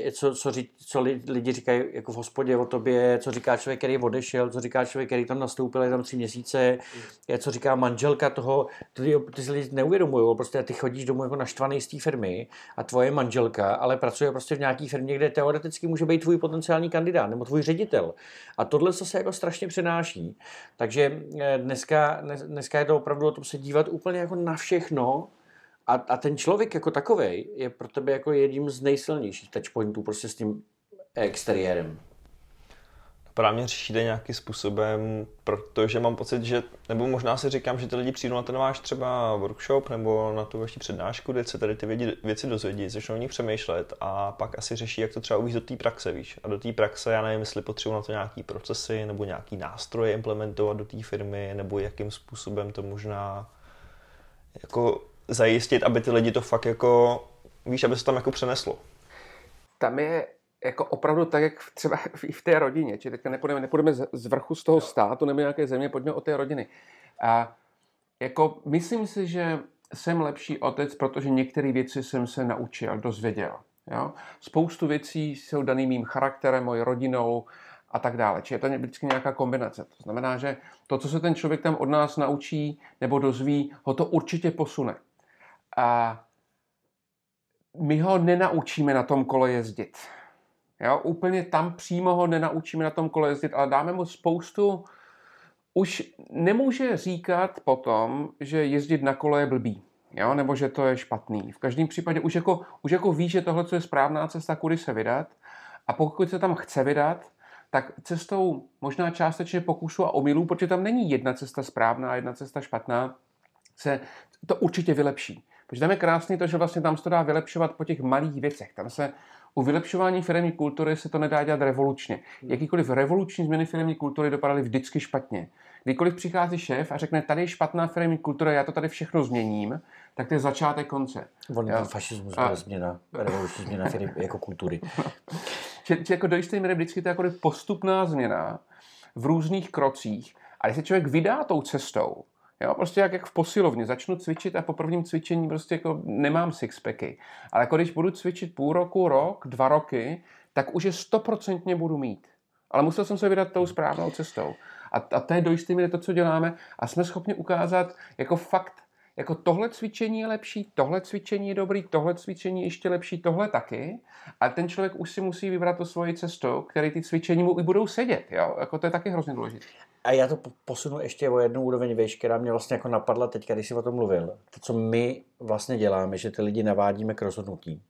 Speaker 4: co lidi říkají jako v hospodě o tobě, co říká člověk, který odešel, co říká člověk, který tam nastoupil, je tam 3 měsíce, co říká manželka toho, ty si lidi neuvědomují, prostě ty chodíš domů jako naštvaný z té firmy a tvoje manželka, ale pracuje prostě v nějaké firmě, kde teoreticky může být tvůj potenciální kandidát nebo tvůj ředitel. A tohle se jako strašně přenáší. Takže dneska je to opravdu o tom se dívat úplně jako na všechno a ten člověk jako takovej je pro tebe jako jedním z nejsilnějších touchpointů prostě s tím exteriérem.
Speaker 2: Právě řešíte nějakým způsobem, protože mám pocit, že, nebo možná si říkám, že ty lidi přijdou na ten váš třeba workshop nebo na tu vaši přednášku, kde se tady ty věci dozvědí, začnou o nich přemýšlet a pak asi řeší, jak to třeba uvést do té praxe, víš. A do té praxe, já nevím, jestli potřebuji na to nějaký procesy nebo nějaký nástroje implementovat do té firmy, nebo jakým způsobem to možná jako zajistit, aby ty lidi to fakt jako, víš, aby se tam jako přeneslo.
Speaker 3: Tam je jako opravdu tak, jak třeba i v té rodině, či teďka nepůjdeme z vrchu z toho státu nebo nějaké země, pojďme od té rodiny. A jako myslím si, že jsem lepší otec, protože některé věci jsem se naučil, dozvěděl. Jo? Spoustu věcí jsou daný mým charakterem, mojí rodinou a tak dále. Či je to vždycky nějaká kombinace. To znamená, že to, co se ten člověk tam od nás naučí nebo dozví, ho to určitě posune. A my ho nenaučíme na tom kole jezdit. Jo? Úplně tam přímo ho nenaučíme na tom kole jezdit, ale dáme mu spoustu... Už nemůže říkat potom, že jezdit na kole je blbý, jo? Nebo že to je špatný. V každém případě už jako ví, že tohle je správná cesta, kudy se vydat. A pokud se tam chce vydat, tak cestou možná částečně pokusů a omylů, protože tam není jedna cesta správná a jedna cesta špatná, se to určitě vylepší. Protože tam je krásný to, že vlastně tam se to dá vylepšovat po těch malých věcech. Tam se u vylepšování firemní kultury se to nedá dělat revolučně. Jakýkoliv revoluční změny firemní kultury dopadaly vždycky špatně. Kdykoliv přichází šéf a řekne, tady je špatná firemní kultura, já to tady všechno změním, tak to je začátek konce.
Speaker 4: Fašismus byla změna, revoluční změna firmy jako kultury.
Speaker 3: Jako do jisté míry vždycky to je jako postupná změna v různých krocích. A když se člověk vydá tou cestou, jo, prostě jak v posilovně, začnu cvičit a po prvním cvičení prostě jako nemám sixpacky. Ale jako když budu cvičit půl roku, rok, 2 roky, tak už je 100% budu mít. Ale musel jsem se vydat tou správnou cestou. A to je do jisté míry to, co děláme. A jsme schopni ukázat jako fakt, jako tohle cvičení je lepší, tohle cvičení je dobrý, tohle cvičení je ještě lepší, tohle taky. A ten člověk už si musí vybrat tu svoji cestu, které ty cvičení mu i budou sedět. Jo? Jako to je taky hrozně důležité.
Speaker 4: A já to posunu ještě o jednu úroveň výš, která mě vlastně jako napadla teď, když jsi o tom mluvil. To, co my vlastně děláme, že ty lidi navádíme k rozhodnutí.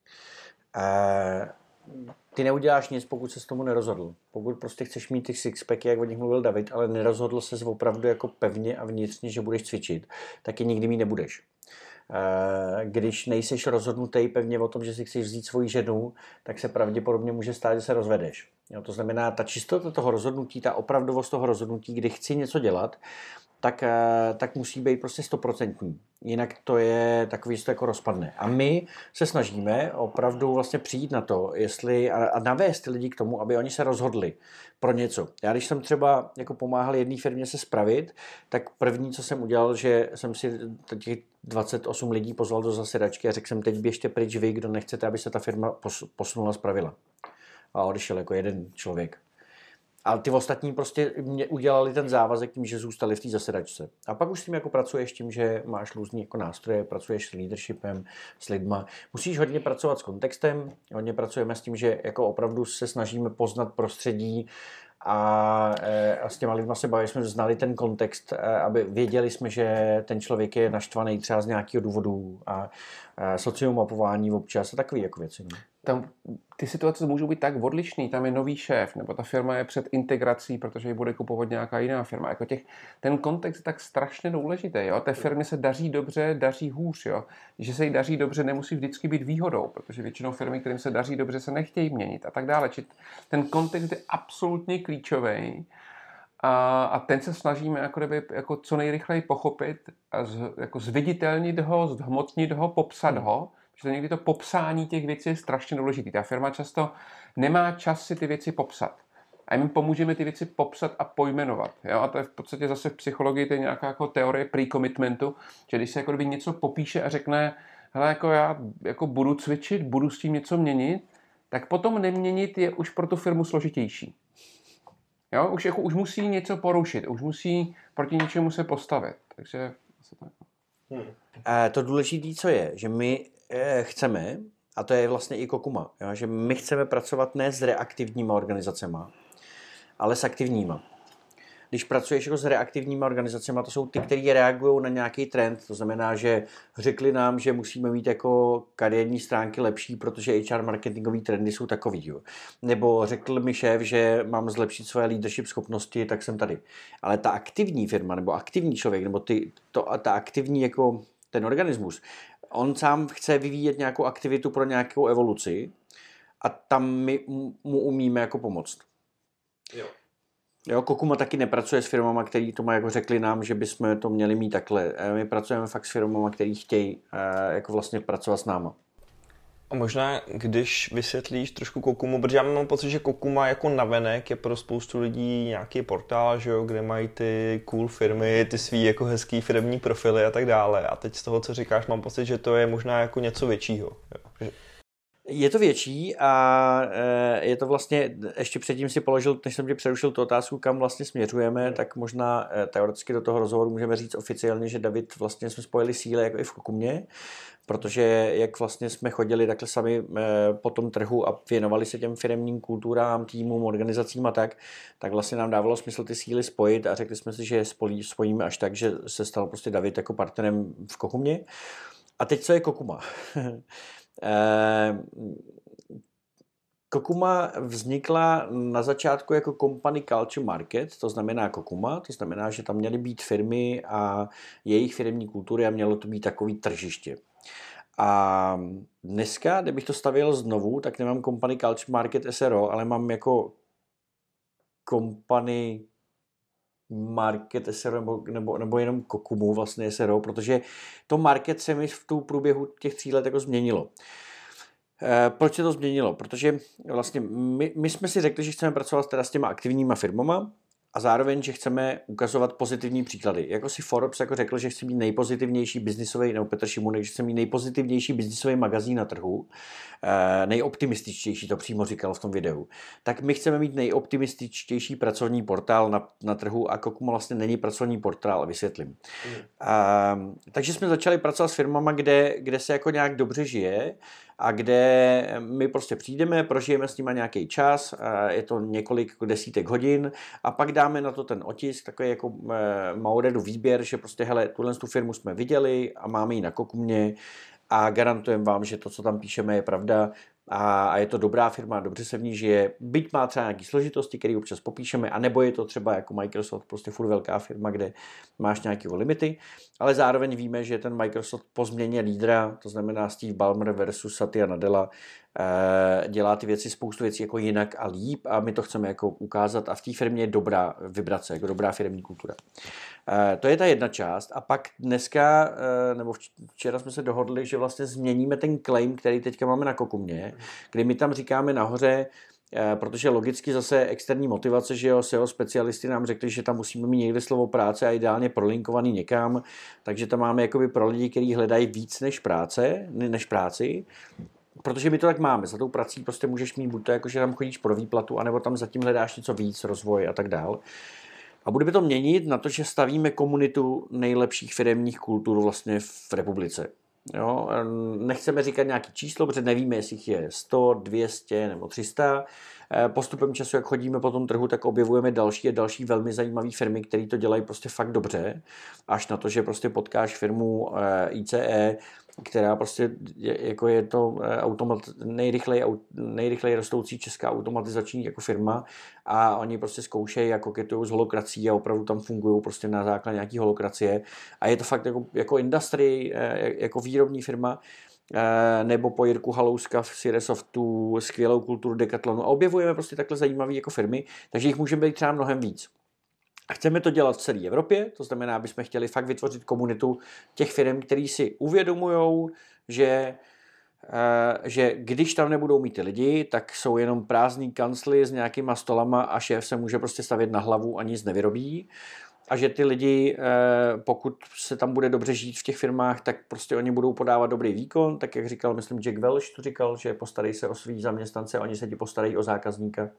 Speaker 4: Ty neuděláš nic, pokud se s tomu nerozhodl. Pokud prostě chceš mít ty sixpacky, jak o nich mluvil David, ale nerozhodl ses opravdu jako pevně a vnitřně, že budeš cvičit, tak je nikdy mít nebudeš. Když nejseš rozhodnutý pevně o tom, že si chceš vzít svoji ženu, tak se pravděpodobně může stát, že se rozvedeš. Jo, to znamená, ta čistota toho rozhodnutí, ta opravdovost toho rozhodnutí, kdy chci něco dělat, tak musí být prostě 100%. Jinak to je takový, že to jako rozpadne. A my se snažíme opravdu vlastně přijít na to, jestli a navést ty lidi k tomu, aby oni se rozhodli pro něco. Já když jsem třeba jako pomáhal jedné firmě se spravit, tak první, co jsem udělal, že jsem si těch 28 lidí pozval do zasedačky a řekl jsem, teď běžte pryč vy, kdo nechcete, aby se ta firma posunula, spravila. A odešel jako jeden člověk. Ale ty ostatní prostě mě udělali ten závazek tím, že zůstali v té zasedačce. A pak už s tím jako pracuješ tím, že máš různý jako nástroje, pracuješ s leadershipem, s lidma. Musíš hodně pracovat s kontextem, hodně pracujeme s tím, že jako opravdu se snažíme poznat prostředí a s těma lidma se bavili, jsme znali ten kontext, aby věděli jsme, že ten člověk je naštvaný třeba z nějakého důvodu a sociomapování občas a takové jako věci. No.
Speaker 3: Tam ty situace můžou být tak odlišný, tam je nový šéf, nebo ta firma je před integrací, protože ji bude kupovat nějaká jiná firma. Jako ten kontext je tak strašně důležitý. Jo? Té firmě se daří dobře, daří hůř. Jo? Že se jí daří dobře, nemusí vždycky být výhodou, protože většinou firmy, kterým se daří dobře, se nechtějí měnit a tak dále. Či ten kontext je absolutně klíčový a ten se snažíme jako co nejrychleji pochopit, a jako zviditelnit ho, zhmotnit ho, popsat ho. Protože někdy to popsání těch věcí je strašně důležité. Ta firma často nemá čas si ty věci popsat. A my pomůžeme ty věci popsat a pojmenovat. Jo? A to je v podstatě zase v psychologii to je nějaká jako teorie pre-commitmentu, že když se jako něco popíše a řekne, hele, jako já jako budu cvičit, budu s tím něco měnit, tak potom neměnit je už pro tu firmu složitější. Jo? Už musí něco porušit, už musí proti něčemu se postavit. Takže
Speaker 4: to důležité, co je, že my chceme, a to je vlastně i Kokuma, jo, že my chceme pracovat ne s reaktivníma organizacema, ale s aktivníma. Když pracuješ jako s reaktivníma organizacemi, to jsou ty, které reagují na nějaký trend, to znamená, že řekli nám, že musíme mít jako kariérní stránky lepší, protože HR marketingové trendy jsou takový. Jo. Nebo řekl mi šéf, že mám zlepšit svoje leadership schopnosti, tak jsem tady. Ale ta aktivní firma, nebo aktivní člověk, nebo ta aktivní jako ten organismus, on sám chce vyvíjet nějakou aktivitu pro nějakou evoluci a tam my mu umíme jako pomoct. Jo, Kokuma taky nepracuje s firmama, který to mají, jako řekli nám, že bychom to měli mít takhle. My pracujeme fakt s firmama, který chtějí jako vlastně pracovat s náma.
Speaker 2: A možná, když vysvětlíš trošku Kokumu, protože já mám pocit, že Kokuma jako navenek je pro spoustu lidí nějaký portál, že jo, kde mají ty cool firmy, ty svý jako hezký firemní profily a tak dále. A teď z toho, co říkáš, mám pocit, že to je možná jako něco většího. Jo.
Speaker 4: Je to větší a je to vlastně, ještě předtím si položil, než jsem tě přerušil tu otázku, kam vlastně směřujeme, tak možná teoreticky do toho rozhovoru můžeme říct oficiálně, že David vlastně jsme spojili síly jako i v Kokumě, protože jak vlastně jsme chodili takhle sami po tom trhu a věnovali se těm firemním kulturám, týmům, organizacím a tak vlastně nám dávalo smysl ty síly spojit a řekli jsme si, že spojíme až tak, že se stal prostě David jako partnerem v Kokumě. A teď co je Kokuma? Kokuma vznikla na začátku jako Company Culture Market, to znamená Kokuma, to znamená, že tam měly být firmy a jejich firemní kultury a mělo to být takový tržiště. A dneska, kdybych to stavěl znovu, tak nemám Company Culture Market SRO, ale mám jako Company Market SRO nebo jenom Kokumu vlastně SRO, protože to market se mi v tu průběhu těch 3 let jako změnilo. Proč se to změnilo? Protože vlastně my jsme si řekli, že chceme pracovat teda s těma aktivníma firmama a zároveň, že chceme ukazovat pozitivní příklady. Jako si Forbes jako řekl, že chce mít nejpozitivnější biznisový, nebo Petr Šimunek, že chce mít nejpozitivnější biznisový magazín na trhu, nejoptimističtější, to přímo říkal v tom videu. Tak my chceme mít nejoptimističtější pracovní portál na trhu a Kokuma vlastně není pracovní portál, a vysvětlím. Takže jsme začali pracovat s firmama, kde se jako nějak dobře žije a kde my prostě přijdeme, prožijeme s nima nějaký čas, je to několik desítek hodin a pak dáme na to ten otisk, takový jako Mauredu výběr, že prostě hele, tu firmu jsme viděli a máme ji na Kokumě a garantujeme vám, že to, co tam píšeme, je pravda a je to dobrá firma, dobře se v ní žije, byť má třeba nějaké složitosti, které občas popíšeme, anebo je to třeba jako Microsoft, prostě furt velká firma, kde máš nějaké limity, ale zároveň víme, že ten Microsoft po změně lídra, to znamená Steve Ballmer versus Satya Nadella, dělá ty věci, spoustu věcí jako jinak a líp a my to chceme jako ukázat a v té firmě je dobrá vibrace, jako dobrá firemní kultura. To je ta jedna část a pak dneska, nebo včera jsme se dohodli, že vlastně změníme ten claim, který teďka máme na Kokumě, kdy my tam říkáme nahoře, protože logicky zase externí motivace, že jo, SEO specialisty nám řekli, že tam musíme mít někde slovo práce a ideálně prolinkovaný někam, takže tam máme jakoby pro lidi, kteří hledají víc než práci, protože my to tak máme, za tou prací prostě můžeš mít buď to jako, že tam chodíš pro výplatu, anebo tam zatím hledáš něco víc, rozvoj a tak dál. A budeme to měnit na to, že stavíme komunitu nejlepších firemních kultur vlastně v republice. Jo? Nechceme říkat nějaký číslo, protože nevíme, jestli jich je 100, 200 nebo 300. Postupem času, jak chodíme po tom trhu, tak objevujeme další a další velmi zajímavé firmy, které to dělají prostě fakt dobře. Až na to, že prostě potkáš firmu ICE, která prostě jako je to nejrychleji rostoucí česká automatizační jako firma a oni prostě zkoušejí a koketují s holokracií a opravdu tam fungují prostě na základě nějaký holokracie a je to fakt jako industry, jako výrobní firma, nebo po Jirku Halouska v Siresoftu, skvělou kulturu Decathlonu a objevujeme prostě takhle zajímavé jako firmy, takže jich můžeme být třeba mnohem víc. A chceme to dělat v celé Evropě, to znamená, aby jsme chtěli fakt vytvořit komunitu těch firm, který si uvědomujou, že když tam nebudou mít ty lidi, tak jsou jenom prázdný kancly s nějakýma stolama a šéf se může prostě stavět na hlavu a nic nevyrobí. A že ty lidi, pokud se tam bude dobře žít v těch firmách, tak prostě oni budou podávat dobrý výkon, tak jak říkal, myslím, Jack Welch to říkal, že postarej se o svý zaměstnance a oni se ti postarají o zákazníka.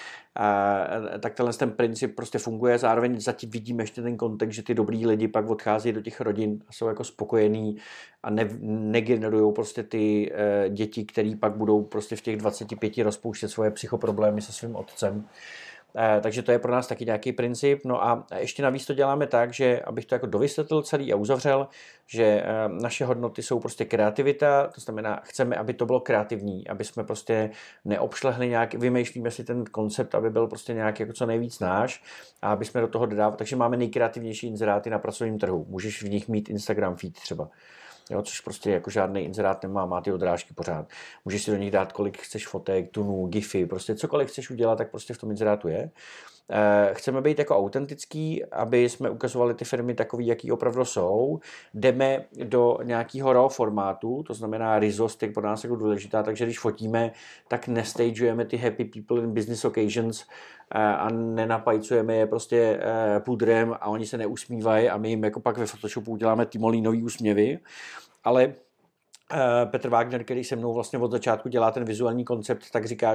Speaker 4: Tak ten princip prostě funguje, zároveň zatím vidíme ještě ten kontext, že ty dobrý lidi pak odchází do těch rodin a jsou jako spokojení a negenerují prostě ty děti, který pak budou prostě v těch 25 rozpouštět svoje psychoproblémy se svým otcem. Takže to je pro nás taky nějaký princip. No a ještě navíc to děláme tak, že abych to jako dovysvětlil celý a uzavřel, že naše hodnoty jsou prostě kreativita, to znamená, chceme, aby to bylo kreativní, aby jsme prostě neobšlehli nějak, vymýšlíme si ten koncept, aby byl prostě nějak jako co nejvíc náš a aby jsme do toho dodávali. Takže máme nejkreativnější inzeráty na pracovním trhu. Můžeš v nich mít Instagram feed třeba. Jo, což prostě jako žádný inzerát nemá, má ty odrážky pořád. Můžeš si do nich dát, kolik chceš fotek, tunů, gify, prostě cokoliv chceš udělat, tak prostě v tom inzerátu je. Chceme být jako autentický, aby jsme ukazovali ty firmy takový, jaký opravdu jsou. Jdeme do nějakého raw formátu, to znamená ryzost je pro nás jako důležitá, takže když fotíme, tak nestagujeme ty happy people in business occasions a nenapajcujeme je prostě pudrem a oni se neusmívají a my jim jako pak ve Photoshopu uděláme ty molínový úsměvy, ale Petr Wagner, který se mnou vlastně od začátku dělá ten vizuální koncept, tak říká,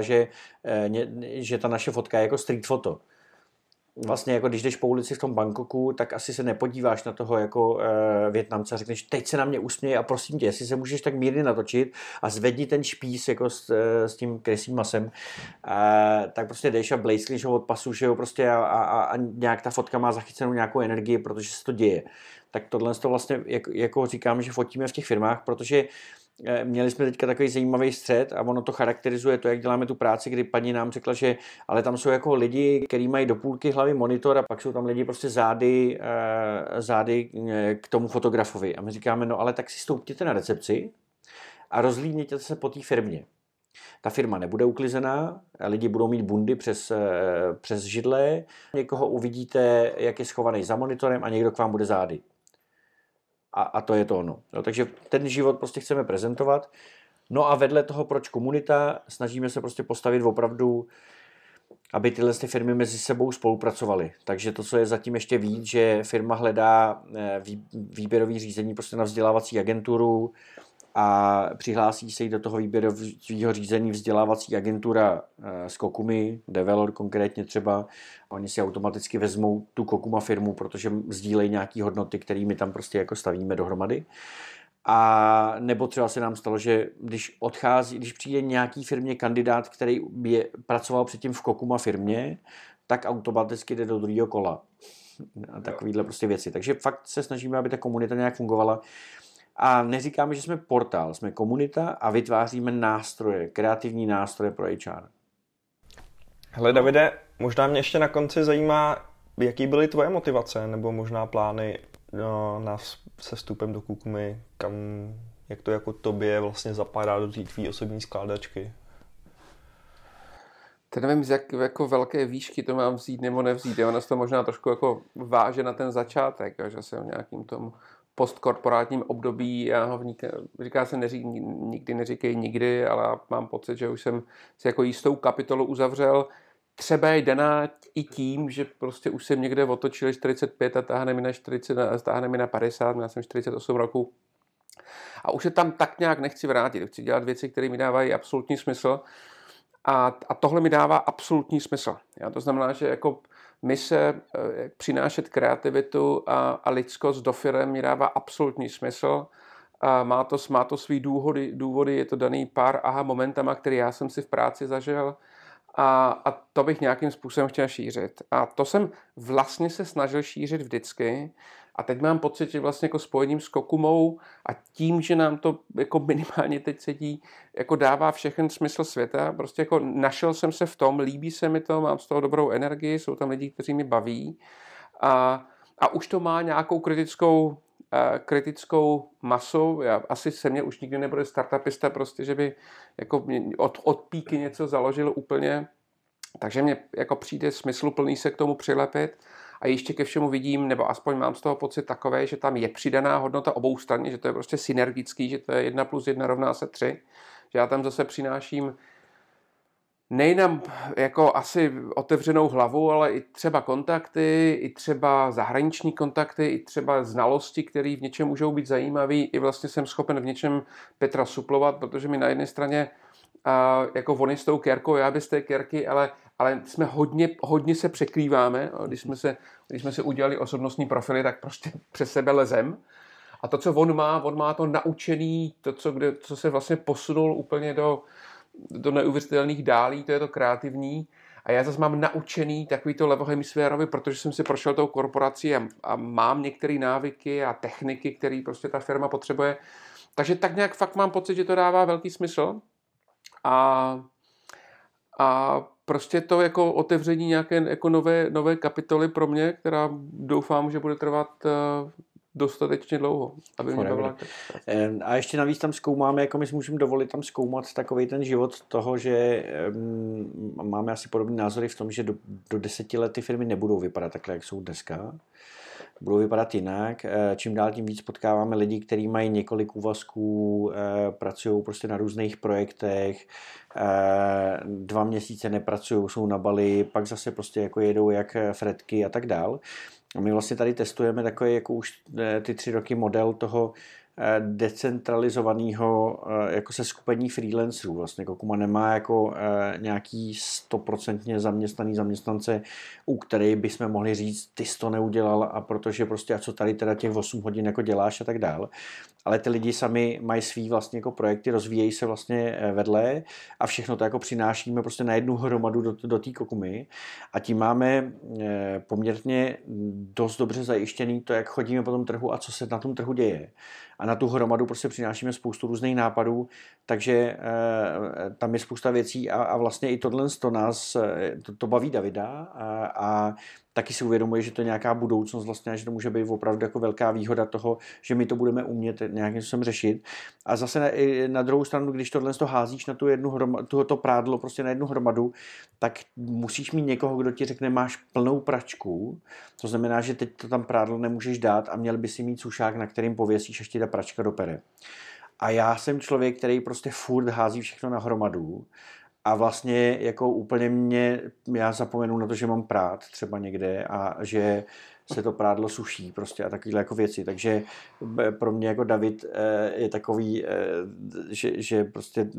Speaker 4: že ta naše fotka je jako street foto. Vlastně jako když jdeš po ulici v tom Bangkoku, tak asi se nepodíváš na toho jako Vietnamce a řekneš, teď se na mě usměj a prosím tě, jestli se můžeš tak mírně natočit a zvedni ten špís jako s tím krysím masem, tak prostě jdeš a blejsklíš ho od pasu, že jo, prostě a nějak ta fotka má zachycenou nějakou energii, protože se to děje. Tak tohle to vlastně jako říkám, že fotíme v těch firmách, protože měli jsme teďka takový zajímavý střed a ono to charakterizuje to, jak děláme tu práci, kdy paní nám řekla, že ale tam jsou jako lidi, kteří mají do půlky hlavy monitor a pak jsou tam lidi prostě zády k tomu fotografovi. A my říkáme, no ale tak si stoupněte na recepci a rozhlídněte se po té firmě. Ta firma nebude uklizená, lidi budou mít bundy přes židle, někoho uvidíte, jak je schovaný za monitorem a někdo k vám bude zády. A to je to ono. No, takže ten život prostě chceme prezentovat. No a vedle toho, proč komunita, snažíme se prostě postavit opravdu, aby tyhle firmy mezi sebou spolupracovaly. Takže to, co je zatím ještě víc, že firma hledá výběrový řízení prostě na vzdělávací agenturu a přihlásí se jí do toho výběrového řízení vzdělávací agentura s Kokumi, Develor konkrétně třeba. Oni si automaticky vezmou tu Kokuma firmu, protože sdílejí nějaké hodnoty, kterými tam prostě jako stavíme dohromady. A nebo třeba se nám stalo, že když přijde nějaký firmě kandidát, který pracoval předtím v Kokuma firmě, tak automaticky jde do druhého kola. A takovýhle prostě věci. Takže fakt se snažíme, aby ta komunita nějak fungovala. A neříkáme, že jsme portál, jsme komunita a vytváříme nástroje, kreativní nástroje pro HR.
Speaker 2: Hele Davide, možná mě ještě na konci zajímá, jaký byly tvoje motivace nebo možná plány se vstupem do Kokumy, jak to jako tobě vlastně zapadá do té tvý osobní skládačky?
Speaker 3: Teď nevím, z jak jako velké výšky to mám vzít nebo nevzít. Ono se to možná trošku jako váže na ten začátek, že jsem v nějakým tom postkorporátním období, říká se nikdy neříkej nikdy, ale mám pocit, že už jsem si jako jistou kapitolu uzavřel. Třeba je daná i tím, že prostě už jsem někde otočil 45 a táhne mi na 50, já jsem 48 roku. A už se tam tak nějak nechci vrátit. Chci dělat věci, které mi dávají absolutní smysl. A tohle mi dává absolutní smysl. To znamená, že jako mise přinášet kreativitu a lidskost do firem mi dává absolutní smysl. A má to svý důvody, je to daný pár aha momentama, který já jsem si v práci zažil a to bych nějakým způsobem chtěl šířit. A to jsem vlastně se snažil šířit vždycky a teď mám pocit, že vlastně jako spojením s Kokumou a tím, že nám to jako minimálně teď sedí, jako dává všechen smysl světa. Prostě jako našel jsem se v tom, líbí se mi to, mám z toho dobrou energii, jsou tam lidi, kteří mi baví a už to má nějakou kritickou masu. Asi se mě už nikdy nebude startupista, prostě, že by jako od píky něco založil úplně. Takže mě jako přijde smysluplný se k tomu přilepit. A ještě ke všemu vidím, nebo aspoň mám z toho pocit takové, že tam je přidaná hodnota obou stran, že to je prostě synergický, že to je 1 + 1 = 3. Že já tam zase přináším nejenom jako asi otevřenou hlavu, ale i třeba kontakty, i třeba zahraniční kontakty, i třeba znalosti, které v něčem můžou být zajímavé. I vlastně jsem schopen v něčem Petra suplovat, protože mi na jedné straně jako on s tou kerkou, já bez té kerky, ale jsme hodně se překrýváme. Když jsme se udělali osobnostní profily, tak prostě přes sebe lezem. A to, co on má to naučený, to, co se vlastně posunul úplně do neuvěřitelných dálí, to je to kreativní. A já zase mám naučený takovýto levohemisférový, protože jsem si prošel tou korporací a mám některé návyky a techniky, které prostě ta firma potřebuje. Takže tak nějak fakt mám pocit, že to dává velký smysl. A prostě to jako otevření nějaké jako nové kapitoly pro mě, která doufám, že bude trvat dostatečně dlouho, aby mě bavila.
Speaker 4: A ještě navíc tam zkoumáme, jako my si můžeme dovolit tam zkoumat takový ten život toho, že máme asi podobné názory v tom, že do 10 let ty firmy nebudou vypadat takhle, jak jsou dneska. Budou vypadat jinak. Čím dál tím víc potkáváme lidi, kteří mají několik úvazků, pracují prostě na různých projektech, 2 měsíce nepracují, jsou na Bali, pak zase prostě jako jedou jak fretky a tak dál. A my vlastně tady testujeme takový jako už ty 3 roky model toho decentralizovaného jako seskupení freelancerů. Vlastně Kokuma nemá jako nějaký 100% zaměstnaný zaměstnance, u kterých bychom mohli říct, ty jsi to neudělal a protože prostě a co tady teda těch 8 hodin jako děláš a tak dál. Ale ty lidi sami mají svý vlastně jako projekty, rozvíjejí se vlastně vedle a všechno to jako přinášíme prostě na jednu hromadu do té Kokumy a tím máme poměrně dost dobře zajištěný to, jak chodíme po tom trhu a co se na tom trhu děje. A na tu hromadu prostě přinášíme spoustu různých nápadů, takže tam je spousta věcí a vlastně i tohle nás to baví Davida a taky si uvědomuje, že to je nějaká budoucnost vlastně, že to může být opravdu jako velká výhoda toho, že my to budeme umět nějakým způsobem řešit. A zase na druhou stranu, když tohle házíš na tu jednu hromadu, to prádlo prostě na jednu hromadu, tak musíš mít někoho, kdo ti řekne, máš plnou pračku, to znamená, že teď to tam prádlo nemůžeš dát a měl by si mít sušák, na kterým pověsíš, až ti ta pračka dopere. A já jsem člověk, který prostě furt hází všechno na hromadu. A vlastně jako úplně já zapomenu na to, že mám prát třeba někde a že se to prádlo suší prostě a takovéhle jako věci. Takže pro mě jako David je takový, že prostě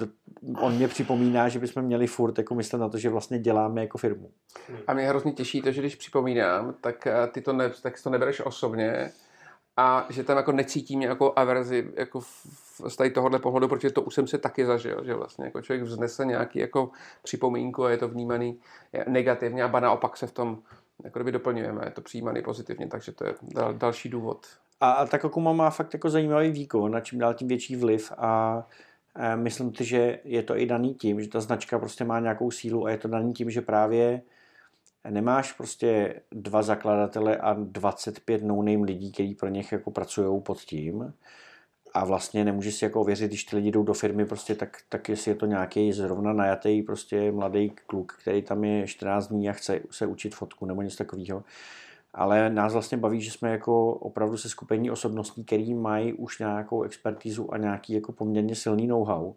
Speaker 4: on mě připomíná, že bychom měli furt jako myslet na to, že vlastně děláme jako firmu.
Speaker 3: A mě hrozně těší to, že když připomínám, tak ty to nebereš osobně a že tam jako necítím nějakou averzi jako z tady tohohle pohledu, protože to už jsem se taky zažil, že vlastně jako člověk vznese nějaký jako připomínku a je to vnímaný negativně a ba naopak se v tom jako kdyby doplňujeme, je to přijímaný pozitivně, takže to je další důvod.
Speaker 4: A ta Kokuma má fakt jako zajímavý výkon a čím dál tím větší vliv a myslím si, že je to i daný tím, že ta značka prostě má nějakou sílu a je to daný tím, že právě nemáš prostě 2 zakladatele a 25 no-name lidí, kteří pro něch jako pracujou pod tím a vlastně nemůžeš si jako ověřit, když ty lidi jdou do firmy prostě, tak jestli je to nějaký zrovna najatý prostě mladý kluk, který tam je 14 dní a chce se učit fotku nebo něco takového. Ale nás vlastně baví, že jsme jako opravdu se skupení osobností, který mají už nějakou expertízu a nějaký jako poměrně silný know-how.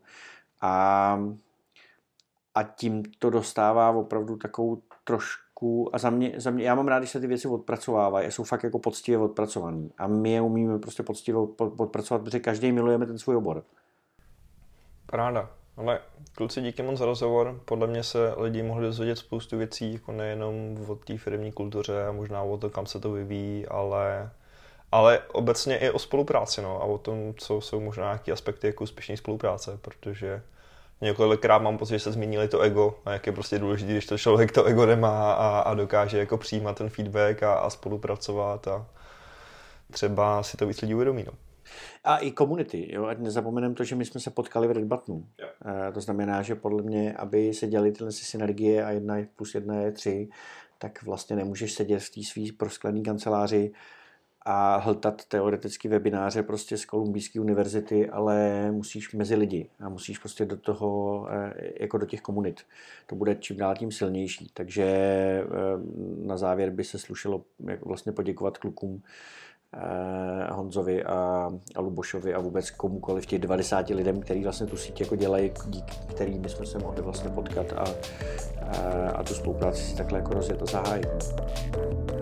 Speaker 4: A tím to dostává opravdu takovou trošku a za mě, já mám rád, když se ty věci odpracovávají, jsou fakt jako poctivě odpracovaný a my je umíme prostě poctivě odpracovat, protože každý milujeme ten svůj obor.
Speaker 2: Paráda. Ale kluci, díky moc za rozhovor. Podle mě se lidi mohli dozvědět spoustu věcí, jako nejenom o té firmní kultuře a možná o to, kam se to vyvíjí, ale obecně i o spolupráci, no, a o tom, co jsou možná nějaké aspekty jako úspěšné spolupráce, protože několikrát mám pocit, že se zmínili to ego a jak je prostě důležité, když to člověk to ego nemá a dokáže jako přijímat ten feedback a spolupracovat a třeba si to víc lidí uvědomí. No.
Speaker 4: A i komunity, jo, ať nezapomeneme to, že my jsme se potkali v Red Buttonu. To znamená, že podle mě, aby se dělaly tyhle synergie a 1+1 je 3, tak vlastně nemůžeš sedět v té svý prosklený kanceláři a hltat teoreticky webináře prostě z Kolumbijské univerzity, ale musíš mezi lidi a musíš prostě do toho, jako do těch komunit. To bude čím dál tím silnější. Takže na závěr by se slušelo vlastně poděkovat klukům, Honzovi a Lubošovi a vůbec komukoliv těch 90 lidem, který vlastně tu síť jako dělají, díky kterým jsme se mohli vlastně potkat a tu spolupráci si takhle jako rozjet a zahájit.